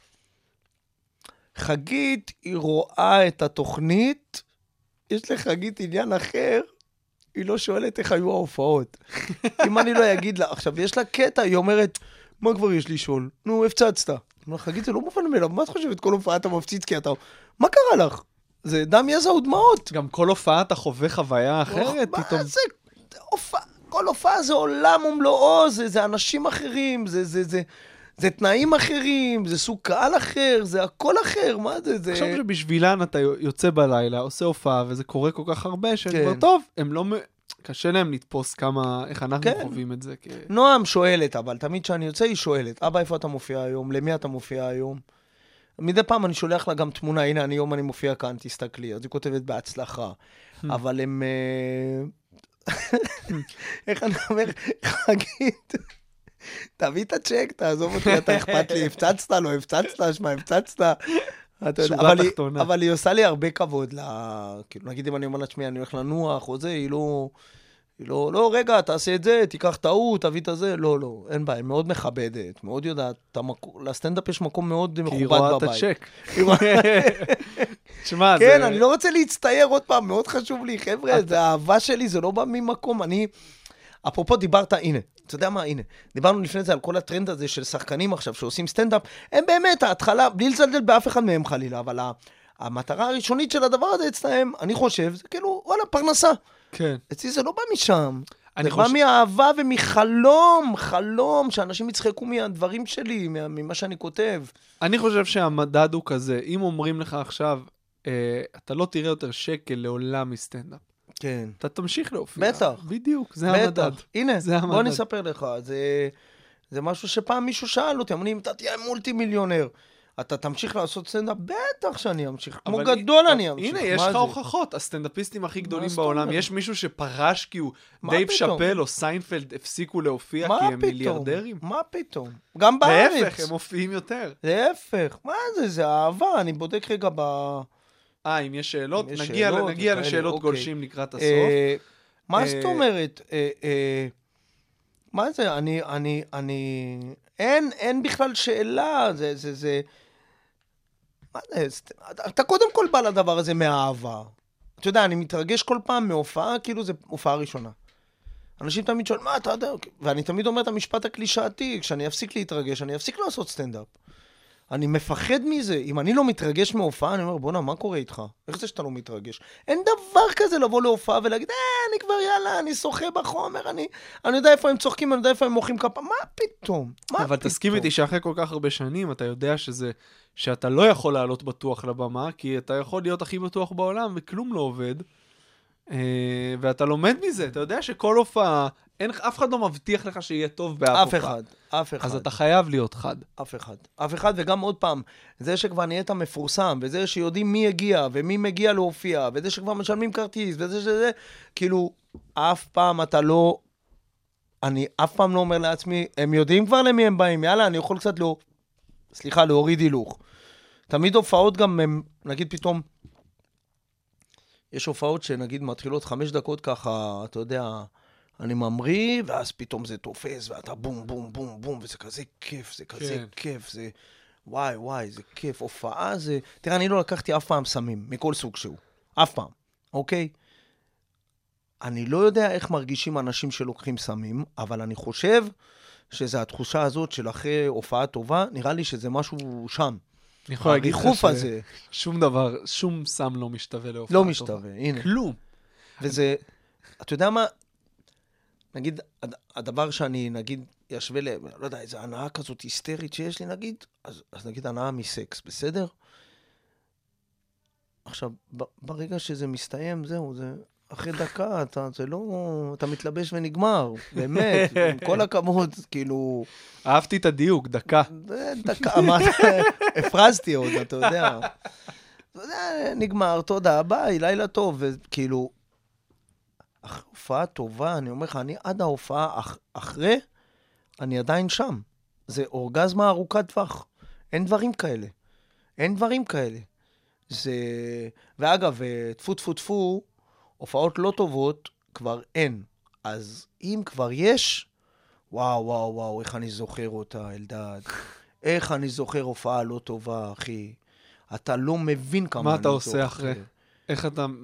Speaker 5: חגית, היא רואה את התוכנית, יש לחגית עניין אחר, היא לא שואלת איך היו ההופעות. אם אני לא אגיד לה, עכשיו, יש לה קטע, היא אומרת, מה כבר יש לשאול? נו, הפצצת. חגית, זה לא מובן מאליו, מה את חושבת? כל הופעה אתה מפציץ כי אתה... מה קרה לך? זה דם יזע ודמעות.
Speaker 3: גם כל הופעה אתה חווה חוויה אחרת פתאום.
Speaker 5: כל הופעה זה עולם ומלואו, זה אנשים אחרים, זה תנאים אחרים, זה סוג קהל אחר, זה הכל אחר, מה זה?
Speaker 3: עכשיו שבשבילן אתה יוצא בלילה, עושה הופעה, וזה קורה כל כך הרבה, שכבר טוב, הם לא... קשה להם לתפוס איך אנחנו חווים את זה.
Speaker 5: נועם שואלת, אבל תמיד כשאני יוצא היא שואלת, אבא, איפה אתה מופיע היום? למי אתה מופיע היום? מדי פעם אני שולח לה גם תמונה, הנה, היום אני מופיע כאן, תסתכלי. אז היא כותבת בהצלחה. אבל הם... איך אני אומר? חגית, תביא את הצ'ק, תעזוב אותי, אתה אכפת לי, הפצצת, לא הפצצת, שמה, הפצצת. אבל היא עושה לי הרבה כבוד, כאילו, נגיד אם אני אומר לה, שמי, אני הולך לנוח, או זה, היא לא, רגע, תעשה את זה, תיקח טעות, תביא את זה, לא, אין בעיה, מאוד מכבדת, מאוד יודעת, לסטנדאפ יש מקום מאוד מכובד בבית.
Speaker 3: כי היא רואה את הצ'ק.
Speaker 5: כן, אני לא רוצה להצטייר עוד פעם, מאוד חשוב לי, חבר'ה, זה האהבה שלי, זה לא בא ממקום, אפרופו דיברת, הנה, אתה יודע מה, הנה, דיברנו לפני זה על כל הטרנד הזה של שחקנים עכשיו שעושים סטנדאפ, הם באמת, ההתחלה, בלי לזלזל באף אחד מהם חלילה, אבל המטרה הראשונית של הדבר הזה אצלהם, אני חושב, זה כאילו, וואלה, פרנסה.
Speaker 3: כן.
Speaker 5: אצלי זה לא בא משם. זה בא מאהבה חלום, שאנשים יצחקו מהדברים שלי, ממה שאני כותב.
Speaker 3: אני חושב שהמדד הוא כזה, אם אומרים לך עכשיו, אתה לא תראה יותר שקל לעולם מסטנדאפ.
Speaker 5: כן.
Speaker 3: אתה תמשיך להופיע.
Speaker 5: בטח.
Speaker 3: בדיוק, זה המדד.
Speaker 5: הנה, בוא נספר לך, זה משהו שפעם מישהו שאל אותי, אמרו, אם אתה תהיה מולטי מיליונר, אתה תמשיך לעשות סטנדאפ? בטח שאני אמשיך. כמו גדול אני אמשיך.
Speaker 3: הנה, יש לך הוכחות. הסטנדאפיסטים הכי גדולים בעולם, יש מישהו שפרש כי הוא דייב שאפל או סיינפלד הפסיקו להופיע כי הם מיליארדרים?
Speaker 5: מה פתאום? גם בארץ.
Speaker 3: להפך, הם מופיעים יותר.
Speaker 5: להפך. מה זה? זה אהבה. אני בודק רגע
Speaker 3: אם יש שאלות? נגיע לשאלות גולשים לקראת הסוף.
Speaker 5: מה זאת אומרת? מה זה? אין בכלל שאלה. זה... מה זה? אתה קודם כל בא לדבר הזה מהאהבה. אתה יודע, אני מתרגש כל פעם מהופעה, כאילו זה הופעה ראשונה. אנשים תמיד שואלים, מה אתה יודע? ואני תמיד אומר את המשפט הקלישאתי, כשאני אפסיק להתרגש, אני אפסיק לעשות סטנדאפ. אני מפחד מזה. אם אני לא מתרגש מהופעה, אני אומר, בונה, מה קורה איתך? איך זה שאתה לא מתרגש? אין דבר כזה לבוא להופעה ולהגיד, אני כבר יאללה, אני שוחה בחומר, אני יודע איפה הם צוחקים, אני יודע איפה הם מוחאים כפה. מה פתאום?
Speaker 3: אבל תסכים איתי שאחרי כל כך הרבה שנים, אתה יודע שאתה לא יכול לעלות בטוח לבמה, כי אתה יכול להיות הכי בטוח בעולם, וכלום לא עובד. ואתה לומד מזה. אתה יודע שכל הופעה, אף אחד לא מבטיח לך שיהיה טוב באף הופעה.
Speaker 5: אף אחד.
Speaker 3: אז אתה חייב להיות חד.
Speaker 5: אף אחד, וגם עוד פעם, זה שכבר נהיית מפורסם, וזה שיודעים מי הגיע, ומי מגיע להופיע, וזה שכבר משלמים כרטיס, וזה שזה, כאילו, אף פעם אתה לא, אני אף פעם לא אומר לעצמי, הם יודעים כבר למי הם באים, יאללה, אני יכול קצת להוריד הילוך. תמיד הופעות גם, נגיד פתאום, יש הופעות שנגיד מתחילות 5 דקות ככה, אתה יודע, אני ממריא, ואז פתאום זה תופס, ואתה בום, בום, בום, בום, וזה כזה כיף, זה כזה כיף, זה וואי, זה כיף, הופעה זה... תראה, אני לא לקחתי אף פעם סמים, מכל סוג שהוא, אף פעם, אוקיי? אני לא יודע איך מרגישים אנשים שלוקחים סמים, אבל אני חושב שזה התחושה הזאת של אחרי הופעה טובה, נראה לי שזה משהו שם.
Speaker 3: אני יכול להגיד לך
Speaker 5: שום
Speaker 3: דבר, שום סם לא משתווה להופעה טובה.
Speaker 5: לא משתווה, הנה.
Speaker 3: כלום.
Speaker 5: וזה, אתה יודע מה, נגיד, הדבר שאני, נגיד, ישווה לא יודע, איזו הנאה כזאת היסטרית שיש לי, נגיד, אז נגיד הנאה מסקס, בסדר? עכשיו, ברגע שזה מסתיים, זהו, זה... אחרי דקה, אתה מתלבש ונגמר, באמת, עם כל הכבוד, כאילו...
Speaker 3: אהבתי את הדיוק, דקה.
Speaker 5: דקה, הפרזתי עוד, אתה יודע. נגמר, תודה, ביי, לילה טוב, וכאילו, אחרי הופעה טובה, אני אומר לך, אני עד ההופעה אחרי, אני עדיין שם. זה אורגזמה ארוכת טווח. אין דברים כאלה. זה... ואגב, טפו טפו טפו, הופעות לא טובות כבר אין. אז אם כבר יש, וואו, איך אני זוכר אותה, אלדד. איך אני זוכר הופעה לא טובה, אחי. אתה לא מבין כמה
Speaker 3: מה אתה עושה אחרי? איך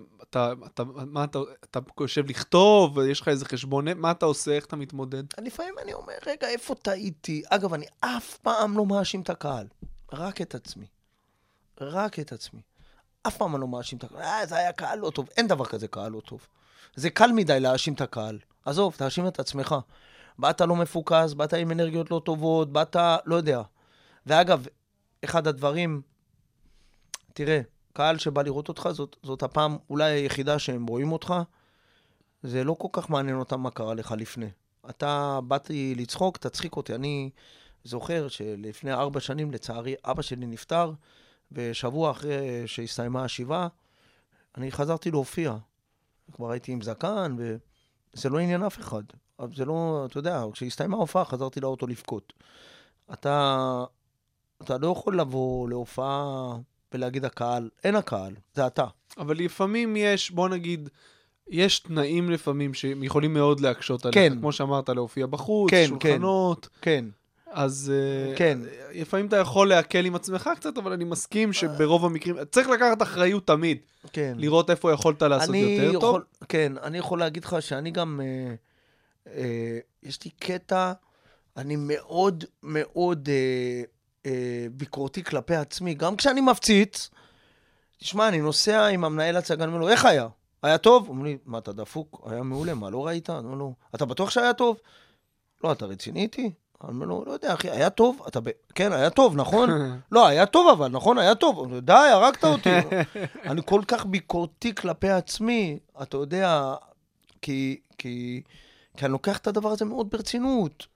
Speaker 3: אתה יושב לכתוב, יש לך איזה חשבון, מה אתה עושה, איך אתה מתמודד?
Speaker 5: לפעמים אני אומר, רגע, איפה טעיתי? אגב, אני אף פעם לא מאשים את הקהל. רק את עצמי. אף פעם אני לא מאשים את הקהל. זה היה קהל לא טוב. אין דבר כזה קהל לא טוב. זה קל מדי להאשים את הקהל. עזוב, תאשים את עצמך. באת לא מפוקס, באת עם אנרגיות לא טובות, באת, לא יודע. ואגב, אחד הדברים, תראה, קהל שבא לראות אותך, זאת הפעם אולי היחידה שהם רואים אותך, זה לא כל כך מעניין אותם מה קרה לך לפני. אתה באתי לצחוק, תצחיק אותי. אני זוכר שלפני 4 שנים, לצערי, אבא שלי נפטר, ושבוע אחרי שהסתיימה השבעה, אני חזרתי להופיע. כבר הייתי עם זקן, וזה לא עניין אף אחד. זה לא, אתה יודע, כשהסתיימה ההופעה, חזרתי לאוטו לבכות. אתה לא יכול לבוא להופעה ולהגיד הקהל, אין הקהל, זה אתה.
Speaker 3: אבל לפעמים יש, בוא נגיד, יש תנאים לפעמים שהם יכולים מאוד להקשות עליך.
Speaker 5: כן.
Speaker 3: כמו שאמרת, להופיע בחוץ,
Speaker 5: כן,
Speaker 3: שולחנות.
Speaker 5: כן.
Speaker 3: אז
Speaker 5: כן.
Speaker 3: לפעמים אתה יכול להקל עם עצמך קצת, אבל אני מסכים שברוב המקרים, צריך לקחת אחריות תמיד.
Speaker 5: כן.
Speaker 3: לראות איפה יכולת לעשות יותר טוב.
Speaker 5: כן, אני יכול להגיד לך שאני גם, יש לי קטע, אני מאוד מאוד ביקורתי כלפי עצמי, גם כשאני מפציץ, תשמע, אני נוסע עם המנהל הצגה, אני אומר לו, איך היה? היה טוב? אומר לי, מה, אתה דפוק? היה מעולה, מה, לא ראית? אני אומר לו, אתה בטוח שהיה טוב? לא, אתה רציני איתי? אני אומר לו, לא יודע, אחי, היה טוב? כן, היה טוב, נכון? לא, היה טוב אבל, נכון? היה טוב. די, הרגת אותי. אני כל כך ביקורתי כלפי עצמי, אתה יודע, כי אני לוקח את הדבר הזה מאוד ברצינות.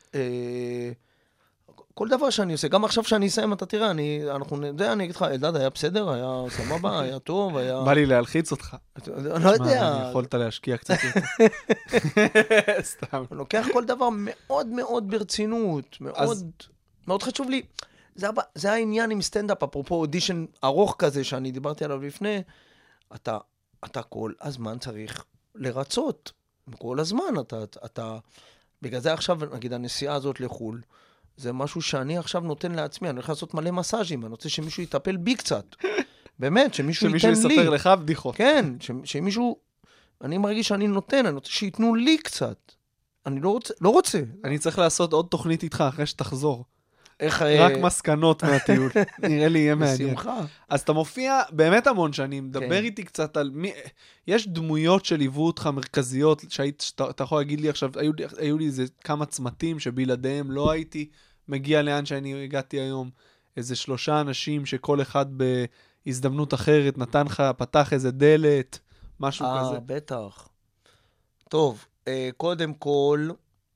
Speaker 5: כל דבר שאני עושה, גם עכשיו שאני אסיים, אתה תראה, אני אגיד לך, אלדד, היה בסדר, היה סבבה, היה טוב, היה...
Speaker 3: בא לי להלחיץ אותך.
Speaker 5: לא יודע.
Speaker 3: אני יכולת להשקיע קצת יותר. סתם.
Speaker 5: אני לוקח כל דבר מאוד מאוד ברצינות, מאוד חשוב לי. זה העניין עם סטנדאפ, אפרופו אודישן ארוך כזה שאני דיברתי עליו לפני, אתה כל הזמן צריך לרצות. כל הזמן אתה... בגלל זה עכשיו, נגיד, הנסיעה הזאת לחול, זה משהו שאני עכשיו נותן לעצמי, אני הולך לעשות מלא מסאז'ים, אני רוצה שמישהו יטפל בי קצת. באמת, שמישהו ייתן לי.
Speaker 3: שמישהו יספר לך בדיחות.
Speaker 5: כן, שמישהו, אני מרגיש שאני נותן, אני רוצה שיתנו לי קצת. אני לא רוצה.
Speaker 3: אני צריך לעשות עוד תוכנית איתך אחרי שתחזור.
Speaker 5: רק
Speaker 3: מסקנות מהטיול. נראה לי יהיה מעניין.
Speaker 5: בשמחה.
Speaker 3: אז אתה מופיע באמת המון שנים, מדבר איתי קצת על מי... יש דמויות שליוו אותך מרכזיות, שאתה יכול להגיד לי עכשיו, היו לי איזה כמה צמתים שבלעדיהם לא הייתי מגיע לאן שאני הגעתי היום. איזה 3 אנשים שכל אחד בהזדמנות אחרת נתן לך, פתח איזה דלת, משהו כזה.
Speaker 5: בטח. טוב, קודם כל...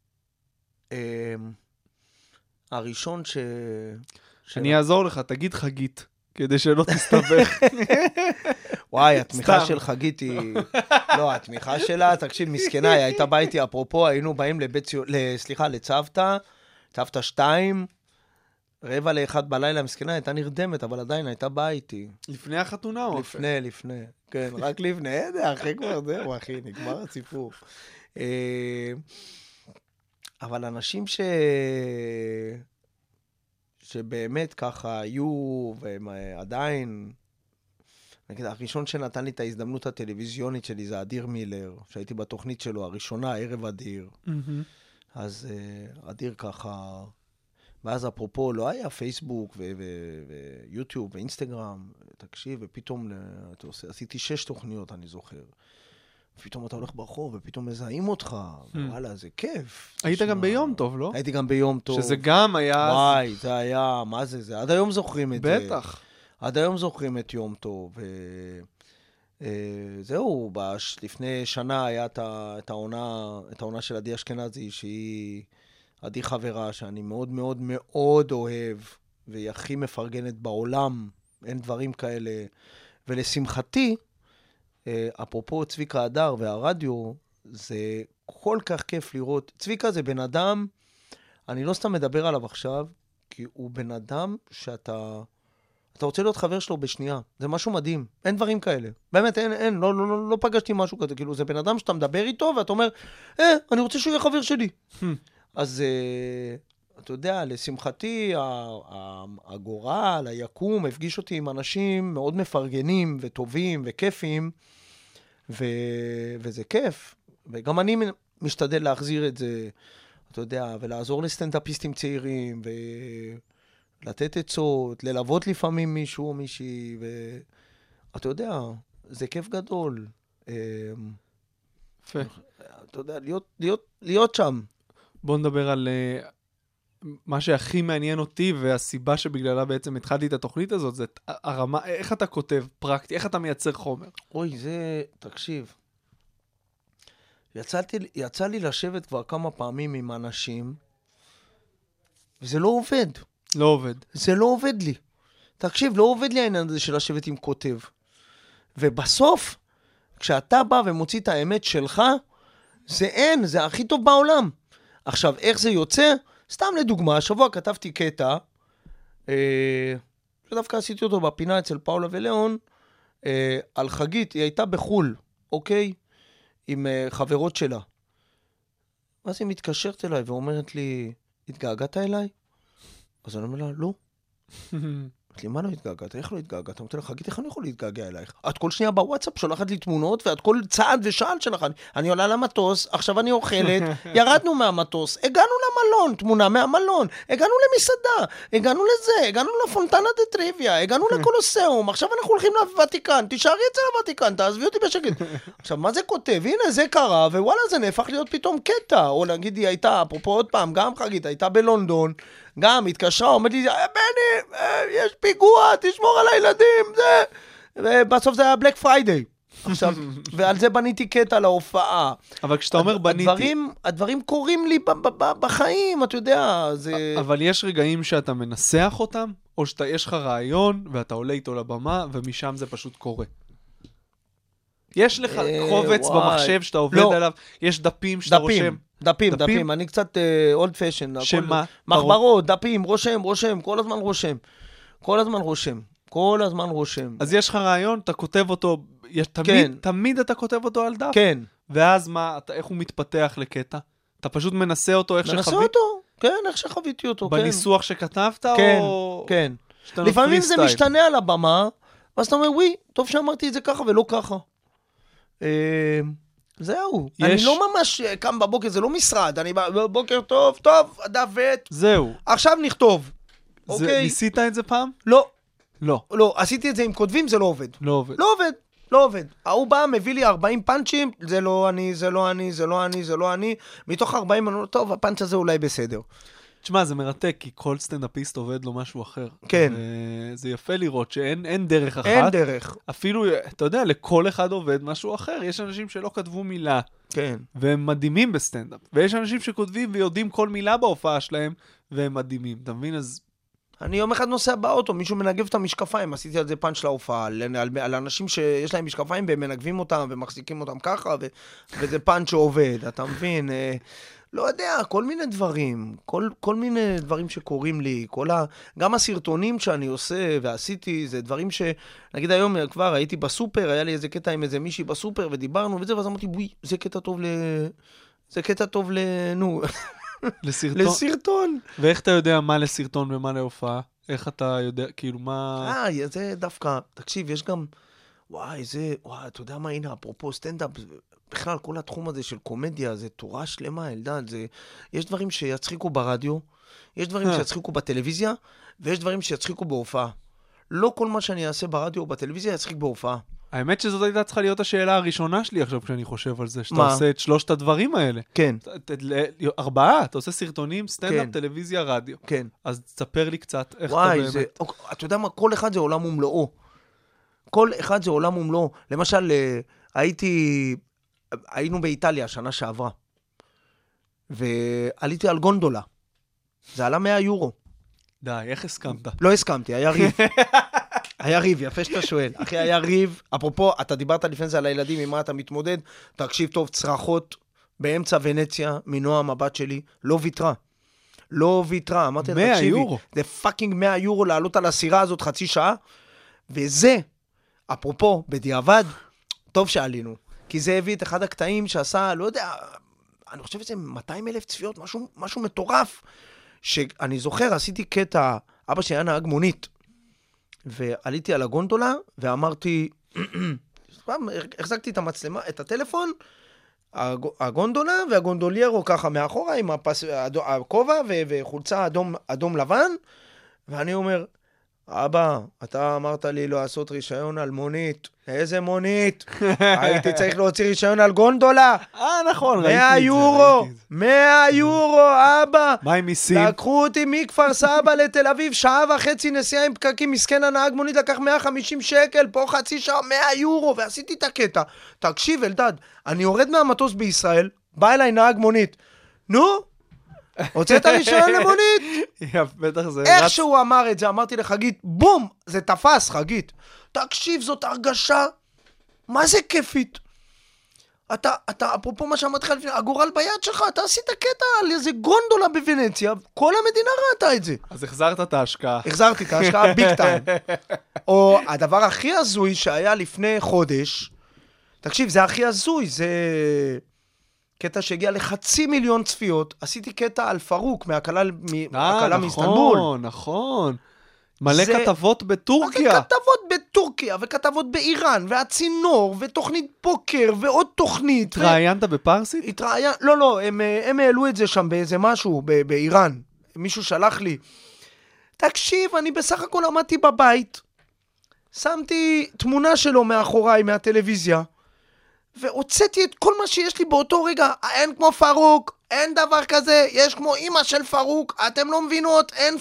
Speaker 5: הראשון
Speaker 3: אני אעזור לך, תגיד חגית, כדי שלא תסתבך.
Speaker 5: וואי, התמיכה של חגית היא... לא, התמיכה שלה, תקשיב, מסכנה, היא הייתה באה איתי, אפרופו, היינו באים לצוותא, צוותא 2, 12:45 בלילה, מסכנה, הייתה נרדמת, אבל עדיין הייתה באה איתי.
Speaker 3: לפני החתונה או?
Speaker 5: לפני. כן, רק לפני, אחרי כבר זהו, אחי, נגמר הסיפור. אבל אנשים שבאמת ככה היו, והם עדיין, נגיד, הראשון שנתן לי את ההזדמנות הטלוויזיונית שלי זה אדיר מילר, שהייתי בתוכנית שלו, הראשונה, ערב אדיר. אז אדיר ככה, ואז אפרופו, לא היה פייסבוק ויוטיוב ואינסטגרם, תקשיב, ופתאום עשיתי 6 תוכניות, אני זוכר. פתאום אתה הולך ברחוב, ופתאום מזהים אותך, וואלה, זה כיף.
Speaker 3: היית גם ביום טוב, לא?
Speaker 5: הייתי גם ביום טוב.
Speaker 3: שזה גם היה...
Speaker 5: וואי, זה היה, מה זה? עד היום זוכרים את זה.
Speaker 3: בטח.
Speaker 5: עד היום זוכרים את יום טוב. זהו, לפני שנה היה את העונה של עדי אשכנזי, שהיא עדי חברה, שאני מאוד מאוד מאוד אוהב, והיא הכי מפרגנת בעולם, אין דברים כאלה. ולשמחתי, אפרופו צביקה הדר והרדיו, זה כל כך כיף לראות. צביקה זה בן אדם, אני לא סתם מדבר עליו עכשיו, כי הוא בן אדם שאתה רוצה להיות חבר שלו בשנייה. זה משהו מדהים. אין דברים כאלה. באמת, אין, לא פגשתי משהו כזה. כאילו, זה בן אדם שאתה מדבר איתו, ואתה אומר, אני רוצה שהוא יהיה חבר שלי. אז, אתה יודע, לשמחתי, הגורל, היקום, הפגיש אותי עם אנשים מאוד מפרגנים וטובים וכיפים, וזה כיף. וגם אני משתדל להחזיר את זה, אתה יודע, ולעזור לסטנדאפיסטים צעירים, ולתת עצות, ללוות לפעמים מישהו או מישהי, ואתה יודע, זה כיף גדול.
Speaker 3: יפה.
Speaker 5: אתה יודע, להיות שם.
Speaker 3: בוא נדבר על מה שהכי מעניין אותי, והסיבה שבגללה בעצם התחלתי את התוכנית הזאת, זה הרמה, איך אתה כותב פרקטי, איך אתה מייצר חומר?
Speaker 5: אוי, תקשיב. יצא לי לשבת כבר כמה פעמים עם אנשים, וזה לא עובד.
Speaker 3: לא עובד. זה
Speaker 5: לא עובד לי. תקשיב, לא עובד לי העניין הזה של לשבת עם כותב. ובסוף, כשאתה בא ומוציא את האמת שלך, זה הכי טוב בעולם. עכשיו, איך זה יוצא? סתם לדוגמה, השבוע כתבתי קטע, שדווקא עשיתי אותו בפינה אצל פאולה ולאון, על חגית, היא הייתה בחול, אוקיי? עם חברות שלה. ואז היא מתקשרת אליי ואומרת לי, התגעגעת אליי? אז אני אומר לה, לא. אמרתי לי, מה לא התגעגעת? איך לא התגעגעת? אמרתי לה, חגית, איך אני יכול להתגעגע אלייך? את כל שנייה בוואטסאפ שולחת לי תמונות, ואת כל צעד ושעל שלך. אני עולה למטוס, עכשיו אני אוכלת, ירדנו מהמטוס, הגענו למלון, תמונה מהמלון, הגענו למסעדה, הגענו לזה, הגענו לפונטנה דה טריוויה, הגענו לקולוסיאום, עכשיו אנחנו הולכים לוותיקן, תישארי אצל הוותיקן, תעזבי אותי בשקט. עכשיו, מה זה כותב? הנה, זה קרה, ווואלה, זה נהפך להיות פתאום קטע. או נגיד, היא הייתה, אפרופו עוד פעם, גם חגית, הייתה בלונדון, גם התקשרה, אומרת לי, בני, יש פיגוע, תשמור על הילדים, זה... ובסוף זה היה בלק פריידיי. עכשיו, ועל זה בניתי קטע להופעה.
Speaker 3: אבל כשאתה אומר בניתי...
Speaker 5: הדברים קורים לי בחיים, אתה יודע, זה...
Speaker 3: אבל יש רגעים שאתה מנסח אותם, או שיש לך רעיון, ואתה עולה איתו לבמה, ומשם זה פשוט קורה. יש לך קובץ במחשב שאתה עובד עליו, יש דפים שאתה רושם.
Speaker 5: דפים, אני קצת אולד פשן.
Speaker 3: שמה?
Speaker 5: מחברות, דפים, רושם, כל הזמן רושם.
Speaker 3: אז יש לך רעיון, אתה כותב אותו, תמיד אתה כותב אותו על דף?
Speaker 5: כן.
Speaker 3: ואז מה, איך הוא מתפתח לקטע? אתה פשוט מנסה אותו איך שחווית?
Speaker 5: מנסה אותו, כן, איך שחוויתי אותו, כן.
Speaker 3: בניסוח שכתבת או...
Speaker 5: כן. לפעמים זה משתנה על הבמה, ואז אתה אומר, וואי, טוב שאמרתי את זה ככה ולא ככה. זהו, אני לא ממש קם בבוקר, זה לא משרד, אני בבוקר טוב, דף ועט.
Speaker 3: זהו.
Speaker 5: עכשיו נכתוב. אוקיי.
Speaker 3: ניסית את זה פעם?
Speaker 5: לא, עשיתי את זה עם כותבים, זה לא עובד. לא עובד. הוא בא, מביא לי 40 פאנצ'ים, זה לא אני. מתוך 40, אני אומר, טוב, הפאנצ' הזה אולי בסדר.
Speaker 3: תשמע, זה מרתק, כי כל סטנדאפיסט עובד לו משהו אחר.
Speaker 5: כן.
Speaker 3: זה יפה לראות שאין דרך אחת.
Speaker 5: אין דרך.
Speaker 3: אפילו, אתה יודע, לכל אחד עובד משהו אחר. יש אנשים שלא כתבו מילה.
Speaker 5: כן.
Speaker 3: והם מדהימים בסטנדאפ. ויש אנשים שכותבים ויודעים כל מילה בהופעה שלהם, והם מדהימים. אתה מבין? אז...
Speaker 5: אני יום אחד נוסע באוטו, מישהו מנגב את המשקפיים, עשיתי על זה פאנץ' להופעה, על אנשים שיש להם משקפיים והם מנגבים אותם ומחזיקים אותם ככה, וזה פאנץ' שעובד, אתה מבין? לא יודע, כל מיני דברים, כל מיני דברים שקורים לי, גם הסרטונים שאני עושה ועשיתי, זה דברים נגיד היום כבר הייתי בסופר, היה לי איזה קטע עם איזה מישהי בסופר, ודיברנו וזה, ואז אמרתי, בואי, זה קטע טוב נו, לסרטון.
Speaker 3: ואיך אתה יודע מה לסרטון ומה להופעה? איך אתה יודע, כאילו מה...
Speaker 5: זה דווקא, תקשיב, יש גם, וואי, אתה יודע מה, הנה, אפרופו סטנדאפ, בכלל, כל התחום הזה של קומדיה, זה תורה שלמה, אלדד, יש דברים שיצחיקו ברדיו, יש דברים שיצחיקו בטלוויזיה, ויש דברים שיצחיקו בהופעה. לא כל מה שאני אעשה ברדיו או בטלוויזיה יצחיק בהופעה.
Speaker 3: האמת שזאת הייתה צריכה להיות השאלה הראשונה שלי עכשיו, כשאני חושב על זה, שאתה עושה את שלושת הדברים האלה.
Speaker 5: כן.
Speaker 3: 4, אתה עושה סרטונים, סטנדאפ, טלוויזיה, רדיו.
Speaker 5: כן.
Speaker 3: אז תספר לי קצת איך
Speaker 5: אתה
Speaker 3: באמת...
Speaker 5: אתה יודע מה, כל אחד זה עולם ומלואו. כל אחד זה עולם ומלואו. למשל, היינו באיטליה שנה שעברה, ועליתי על גונדולה. זה עלה 100 יורו.
Speaker 3: די, איך הסכמת?
Speaker 5: לא הסכמתי, היה ריב. היה ריב, יפה שאתה שואל. אחי, היה ריב. אפרופו, אתה דיברת לפני זה על הילדים, עם מה אתה מתמודד. תקשיב טוב, צרחות באמצע ונציה, מנועם הבת שלי, לא ויתרה. לא ויתרה. אמרתי,
Speaker 3: 100 יורו.
Speaker 5: זה פאקינג 100 יורו לעלות על הסירה הזאת חצי שעה. וזה, אפרופו, בדיעבד, טוב שעלינו. כי זה הביא את אחד הקטעים שעשה, לא יודע, אני חושב שזה 200,000 צפיות, משהו מטורף. שאני זוכר, עשיתי קטע, אבא שלי היה נהג מונית, ועליתי על הגונדולה, ואמרתי, החזקתי את המצלמה, את הטלפון, הגונדולה והגונדוליירו ככה מאחורה, עם הכובע וחולצה אדום לבן, ואני אומר, אבא, אתה אמרת לי לעשות רישיון על מונית. איזה מונית? הייתי צריך להוציא רישיון על גונדולה.
Speaker 3: נכון,
Speaker 5: 100 יורו. 100 יורו, אבא.
Speaker 3: מה עם מיסים?
Speaker 5: לקחו אותי מכפר סבא לתל אביב, שעה וחצי נסיעה עם פקקים, מסכן הנהג מונית לקח 150 שקל, פה חצי שעה 100 יורו, ועשיתי את הקטע. תקשיב, אלדד, אני יורד מהמטוס בישראל, בא אליי נהג מונית. נו? הוצאת רישיון למונית?
Speaker 3: בטח זה...
Speaker 5: איך שהוא אמר את זה, אמרתי לחגית, בום, זה תפס, חגית. תקשיב, זאת הרגשה, מה זה כיפית? אתה, אפרופו מה שאמרתי לך לפני, הגורל ביד שלך, אתה עשית קטע על איזה גונדולה בוונציה, כל המדינה ראתה את זה.
Speaker 3: אז החזרת את ההשקעה.
Speaker 5: החזרתי את ההשקעה ביג טיים. או הדבר הכי הזוי שהיה לפני חודש, תקשיב, זה הכי הזוי, זה... קטע שהגיע ל500,000 צפיות, עשיתי קטע על פרוק, מהקלה מאיסטנבול.
Speaker 3: נכון. מלא כתבות בטורקיה.
Speaker 5: כתבות בטורקיה, וכתבות באיראן, והצינור, ותוכנית בוקר, ועוד תוכנית.
Speaker 3: התראיינת בפרסית?
Speaker 5: לא, הם העלו את זה שם באיזה משהו, באיראן. מישהו שלח לי. תקשיב, אני בסך הכל עמדתי בבית, שמתי תמונה שלו מאחוריי, מהטלוויזיה, והוצאתי את כל מה שיש לי באותו רגע. אין כמו פרוק, אין דבר כזה, יש כמו אמא של פרוק, אתם לא מבינות, אין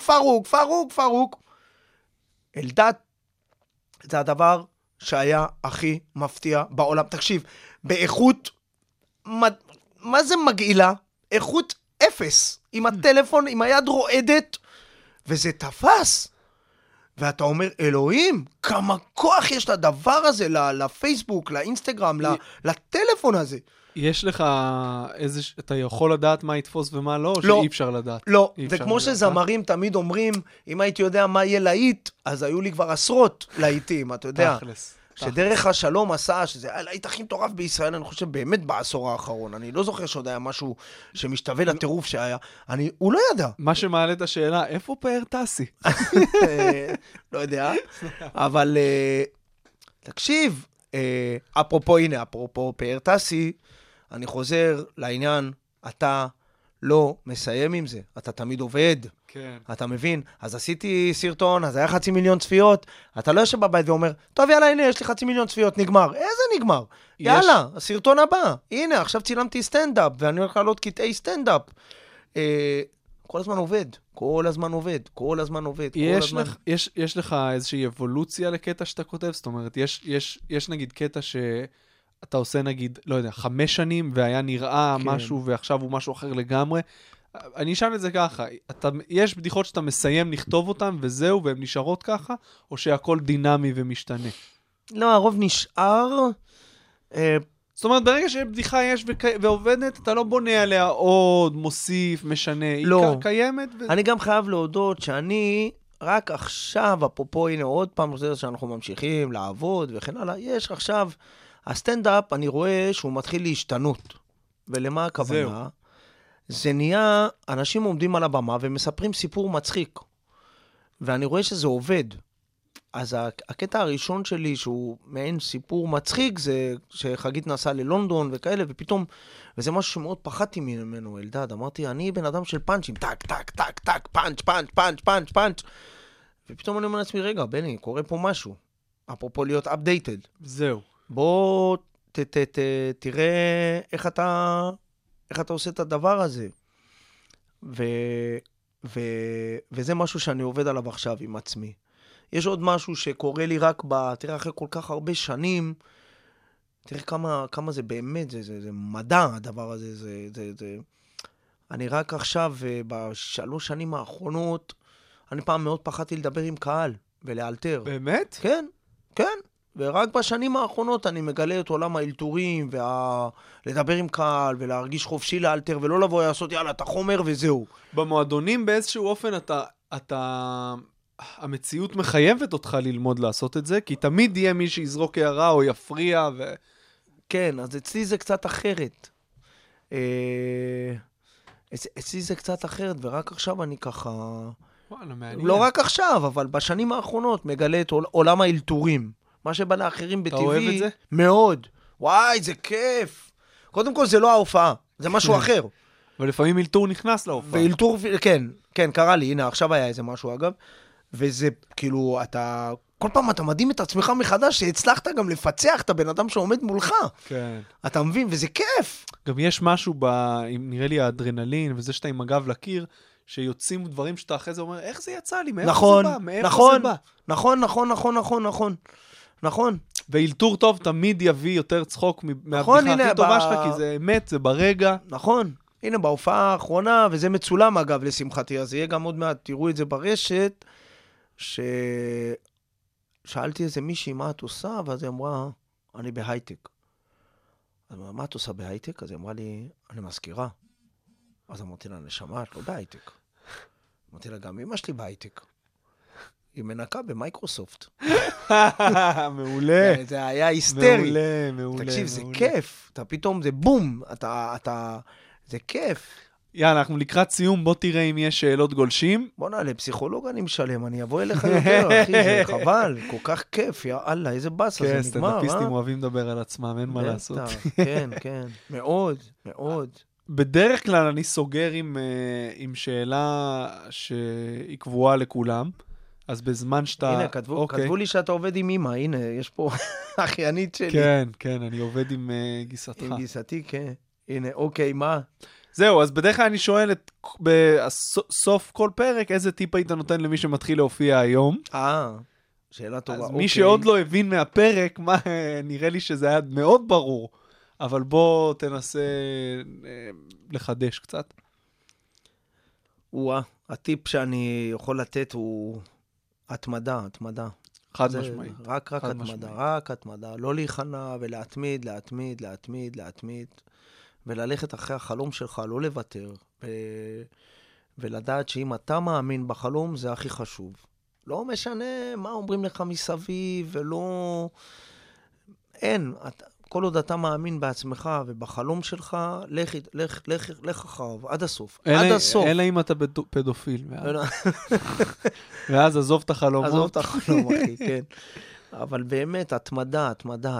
Speaker 5: פרוק. אלדד, זה הדבר שהיה הכי מפתיע בעולם. תקשיב, באיכות, מה זה מגעילה? איכות 0, עם הטלפון, עם היד רועדת, וזה תפס. ואתה אומר, אלוהים, כמה כוח יש לדבר הזה, לפייסבוק, לאינסטגרם, לטלפון הזה.
Speaker 3: יש לך איזה, אתה יכול לדעת מה יתפוס ומה לא, או שאי אפשר לדעת?
Speaker 5: לא, זה כמו שזמרים תמיד אומרים, אם הייתי יודע מה יהיה להיט, אז היו לי כבר עשרות להיטים, אתה יודע.
Speaker 3: תכלס.
Speaker 5: שדרך השלום עשה, שזה היה להיט הכי מטורף בישראל, אני חושב באמת בעשור האחרון. אני לא זוכר שעוד היה משהו שמשתווה לטירוף שהיה. הוא לא ידע.
Speaker 3: מה שמעלה את השאלה, איפה פאר טסי?
Speaker 5: לא יודע. אבל תקשיב, אפרופו פאר טסי, אני חוזר לעניין, אתה לא מסיים עם זה. אתה תמיד עובד.
Speaker 3: כן.
Speaker 5: אתה מבין? אז עשיתי סרטון, אז היה 500,000 צפיות, אתה לא יושב בבית ואומר, טוב יאללה, הנה, יש לי 500,000 צפיות, נגמר. איזה נגמר? יאללה, הסרטון הבא. הנה, עכשיו צילמתי סטנדאפ, ואני הולך לעלות קטעי סטנדאפ. כל הזמן עובד.
Speaker 3: יש לך איזושהי אבולוציה לקטע שאתה כותב? זאת אומרת, יש נגיד קטע שאתה עושה נגיד, לא יודע, 5 שנים, והיה נראה משהו, ועכשיו הוא משהו אחר לגמרי. אני אשאל את זה ככה, יש בדיחות שאתה מסיים לכתוב אותן וזהו, והן נשארות ככה, או שהכל דינמי ומשתנה?
Speaker 5: לא, הרוב נשאר,
Speaker 3: זאת אומרת, ברגע שבדיחה יש ועובדת, אתה לא בונה עליה עוד, מוסיף, משנה.
Speaker 5: לא.
Speaker 3: היא קיימת.
Speaker 5: אני גם חייב להודות שאני רק עכשיו, אפרופו, הנה עוד פעם, שאנחנו ממשיכים לעבוד וכן הלאה, יש עכשיו, הסטנדאפ, אני רואה שהוא מתחיל להשתנות. ולמה הכוונה? זה נהיה, אנשים עומדים על הבמה ומספרים סיפור מצחיק. ואני רואה שזה עובד. אז הקטע הראשון שלי, שהוא מעין סיפור מצחיק, זה שחגית נסעה ללונדון וכאלה, ופתאום, וזה משהו שמאוד פחדתי ממנו, אלדד. אמרתי, אני בן אדם של פאנצ'ים, טק, טק, טק, טק, פאנץ', פאנץ', פאנץ', פאנץ', פאנץ'. ופתאום אני אומר לעצמי, רגע, בני, קורה פה משהו. אפרופו להיות updated.
Speaker 3: זהו.
Speaker 5: בוא תראה איך אתה עושה את הדבר הזה. וזה משהו שאני עובד עליו עכשיו עם עצמי. יש עוד משהו שקורה לי רק תראה, אחרי כל כך הרבה שנים, תראה כמה זה באמת, זה מדע הדבר הזה, אני רק עכשיו, בשלוש שנים האחרונות, אני פעם מאוד פחדתי לדבר עם קהל ולאלתר.
Speaker 3: באמת?
Speaker 5: כן, כן. ורק בשנים האחרונות אני מגלה את עולם האלתורים, לדבר עם קהל ולהרגיש חופשי לאלתר, ולא לבוא לעשות יאללה, אתה חומר וזהו.
Speaker 3: במועדונים באיזשהו אופן המציאות מחייבת אותך ללמוד לעשות את זה, כי תמיד יהיה מי שיזרוק הערה או יפריע
Speaker 5: כן, אז אצלי זה קצת אחרת. אצלי זה קצת אחרת, ורק עכשיו אני ככה...
Speaker 3: וואלה, מעניין.
Speaker 5: לא רק עכשיו, אבל בשנים האחרונות מגלה את עולם האלתורים. מה שבא לאחרים בטבעי...
Speaker 3: אתה אוהב את זה?
Speaker 5: מאוד. וואי, זה כיף. קודם כל, זה לא ההופעה, זה משהו אחר.
Speaker 3: ולפעמים אלתור נכנס להופעה.
Speaker 5: ואלתור, כן, קרה לי, הנה, עכשיו היה איזה משהו, אגב. וזה, כאילו, כל פעם אתה מדהים את עצמך מחדש, שהצלחת גם לפצח את הבן אדם שעומד מולך.
Speaker 3: כן.
Speaker 5: אתה מבין, וזה כיף.
Speaker 3: גם יש משהו נראה לי האדרנלין, וזה שאתה עם הגב לקיר, שיוצאים דברים שאתה אחרי זה אומר, איך זה יצא לי? מאיפה זה בא? מאיפה זה בא?
Speaker 5: נכון.
Speaker 3: ואילתור טוב תמיד יביא יותר צחוק מהבדיחה הכי טובה שלך, כי זה אמת, זה ברגע.
Speaker 5: נכון. הנה, בהופעה האחרונה, וזה מצולם אגב לשמחתי, אז יהיה גם עוד מעט, תראו את זה ברשת, ששאלתי איזה מישהי מה את עושה, ואז היא אמרה, אני בהייטק. אז מה את עושה בהייטק? אז היא אמרה לי, אני מזכירה. אז אמרתי לה, נשמה, את לא בהייטק. אמרתי לה, גם אמא שלי בהייטק. היא מנקה במייקרוסופט.
Speaker 3: מעולה.
Speaker 5: זה היה היסטרי.
Speaker 3: מעולה.
Speaker 5: תקשיב, זה כיף. אתה פתאום, זה בום. זה כיף.
Speaker 3: יאללה, אנחנו לקראת סיום, בוא תראה אם יש שאלות גולשים.
Speaker 5: בוא נעלה, פסיכולוג אני משלם, אני אבוא אליך יותר, אחי, זה חבל, כל כך כיף, יאללה, איזה באסה, זה נגמר,
Speaker 3: סטנדאפיסטים אוהבים לדבר על עצמם, אין מה לעשות.
Speaker 5: כן, מאוד, מאוד.
Speaker 3: בדרך כלל אני סוגר עם שאלה שהיא קבועה לכולם, אז בזמן שאתה...
Speaker 5: הנה, כתבו לי שאתה עובד עם אמא, הנה, יש פה אחיינית שלי.
Speaker 3: כן, אני עובד עם גיסתך.
Speaker 5: עם גיסתי, כן. הנה, אוקיי, מה?
Speaker 3: זהו, אז בדרך כלל אני שואל בסוף כל פרק, איזה טיפ היית נותן למי שמתחיל להופיע היום?
Speaker 5: שאלה טובה,
Speaker 3: אז מי שעוד לא הבין מהפרק, נראה לי שזה היה מאוד ברור, אבל בוא תנסה לחדש קצת.
Speaker 5: הטיפ שאני יכול לתת הוא התמדה.
Speaker 3: חד משמעית.
Speaker 5: רק התמדה. לא להיכנע ולהתמיד, וללכת אחרי החלום שלך, לא לוותר, ולדעת שאם אתה מאמין בחלום, זה הכי חשוב. לא משנה מה אומרים לך מסביב, ולא... אין, כל עוד אתה מאמין בעצמך ובחלום שלך, לך אחריו, עד הסוף.
Speaker 3: אלא אם אתה פדופיל. ואז עזוב את החלומות.
Speaker 5: עזוב את החלום, אחי, כן. אבל באמת, התמדה.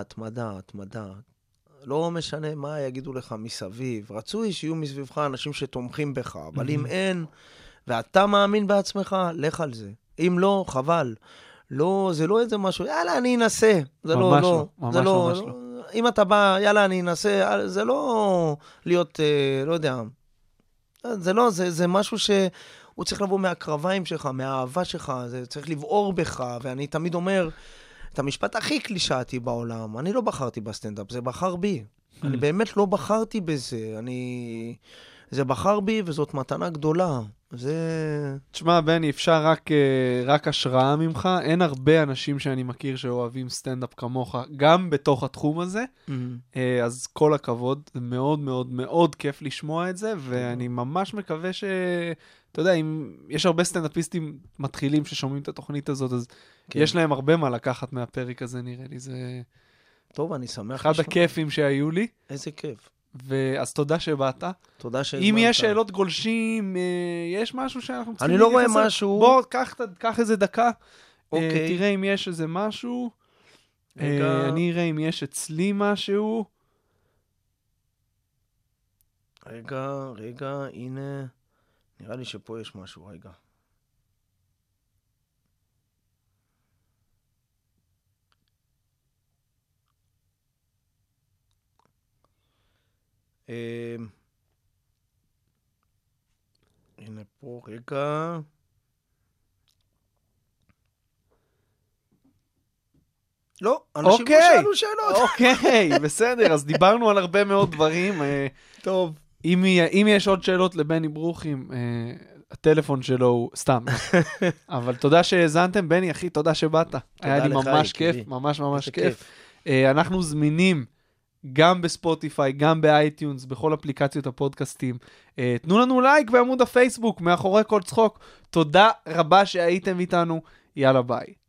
Speaker 5: לא משנה מה יגידו לך מסביב. רצוי שיהיו מסביבך אנשים שתומכים בך, אבל אם אין, ואתה מאמין בעצמך, לך על זה. אם לא, חבל. לא, זה לא איזה משהו, יאללה, אני אנסה. זה ממש לא. אם אתה בא, יאללה, אני אנסה, זה לא להיות, לא יודע. זה משהו שהוא צריך לבוא מהקרביים שלך, מהאהבה שלך, זה צריך לבעור בך, ואני תמיד אומר, את המשפט הכי קלישאתי בעולם, אני לא בחרתי בסטנדאפ, זה בחר בי. אני באמת לא בחרתי בזה. זה בחר בי, וזאת מתנה גדולה. זה...
Speaker 3: תשמע, בני, אפשר רק השראה ממך. אין הרבה אנשים שאני מכיר שאוהבים סטנדאפ כמוך, גם בתוך התחום הזה. אז כל הכבוד, זה מאוד מאוד מאוד כיף לשמוע את זה, ואני ממש מקווה אתה יודע, אם יש הרבה סטנדאפיסטים מתחילים ששומעים את התוכנית הזאת, אז יש להם הרבה מה לקחת מהפרק הזה, נראה לי. זה
Speaker 5: טוב, אני שמח.
Speaker 3: אחד הכיפים שהיו לי.
Speaker 5: איזה כיף.
Speaker 3: אז תודה שבאת.
Speaker 5: תודה שהזמנת.
Speaker 3: אם יש שאלות גולשים, יש משהו שאנחנו צריכים
Speaker 5: אני לא רואה משהו.
Speaker 3: בוא, קח איזה דקה.
Speaker 5: אוקיי.
Speaker 3: תראה אם יש איזה משהו. אני אראה אם יש אצלי משהו.
Speaker 5: רגע, הנה. נראה לי שפה יש משהו, רגע. הנה פה, רגע. לא, אנשים לא שאלו שאלות.
Speaker 3: אוקיי, בסדר, אז דיברנו על הרבה מאוד דברים.
Speaker 5: טוב.
Speaker 3: אם יש עוד שאלות לבני ברוכים, הטלפון שלו הוא סתם. אבל תודה שהאזנתם, בני, אחי, תודה שבאת. היה לי ממש כיף, ממש ממש כיף. אנחנו זמינים גם בספוטיפיי, גם באייטיונס, בכל אפליקציות הפודקאסטים. תנו לנו לייק בעמוד הפייסבוק, מאחורי כל צחוק. תודה רבה שהייתם איתנו. יאללה ביי.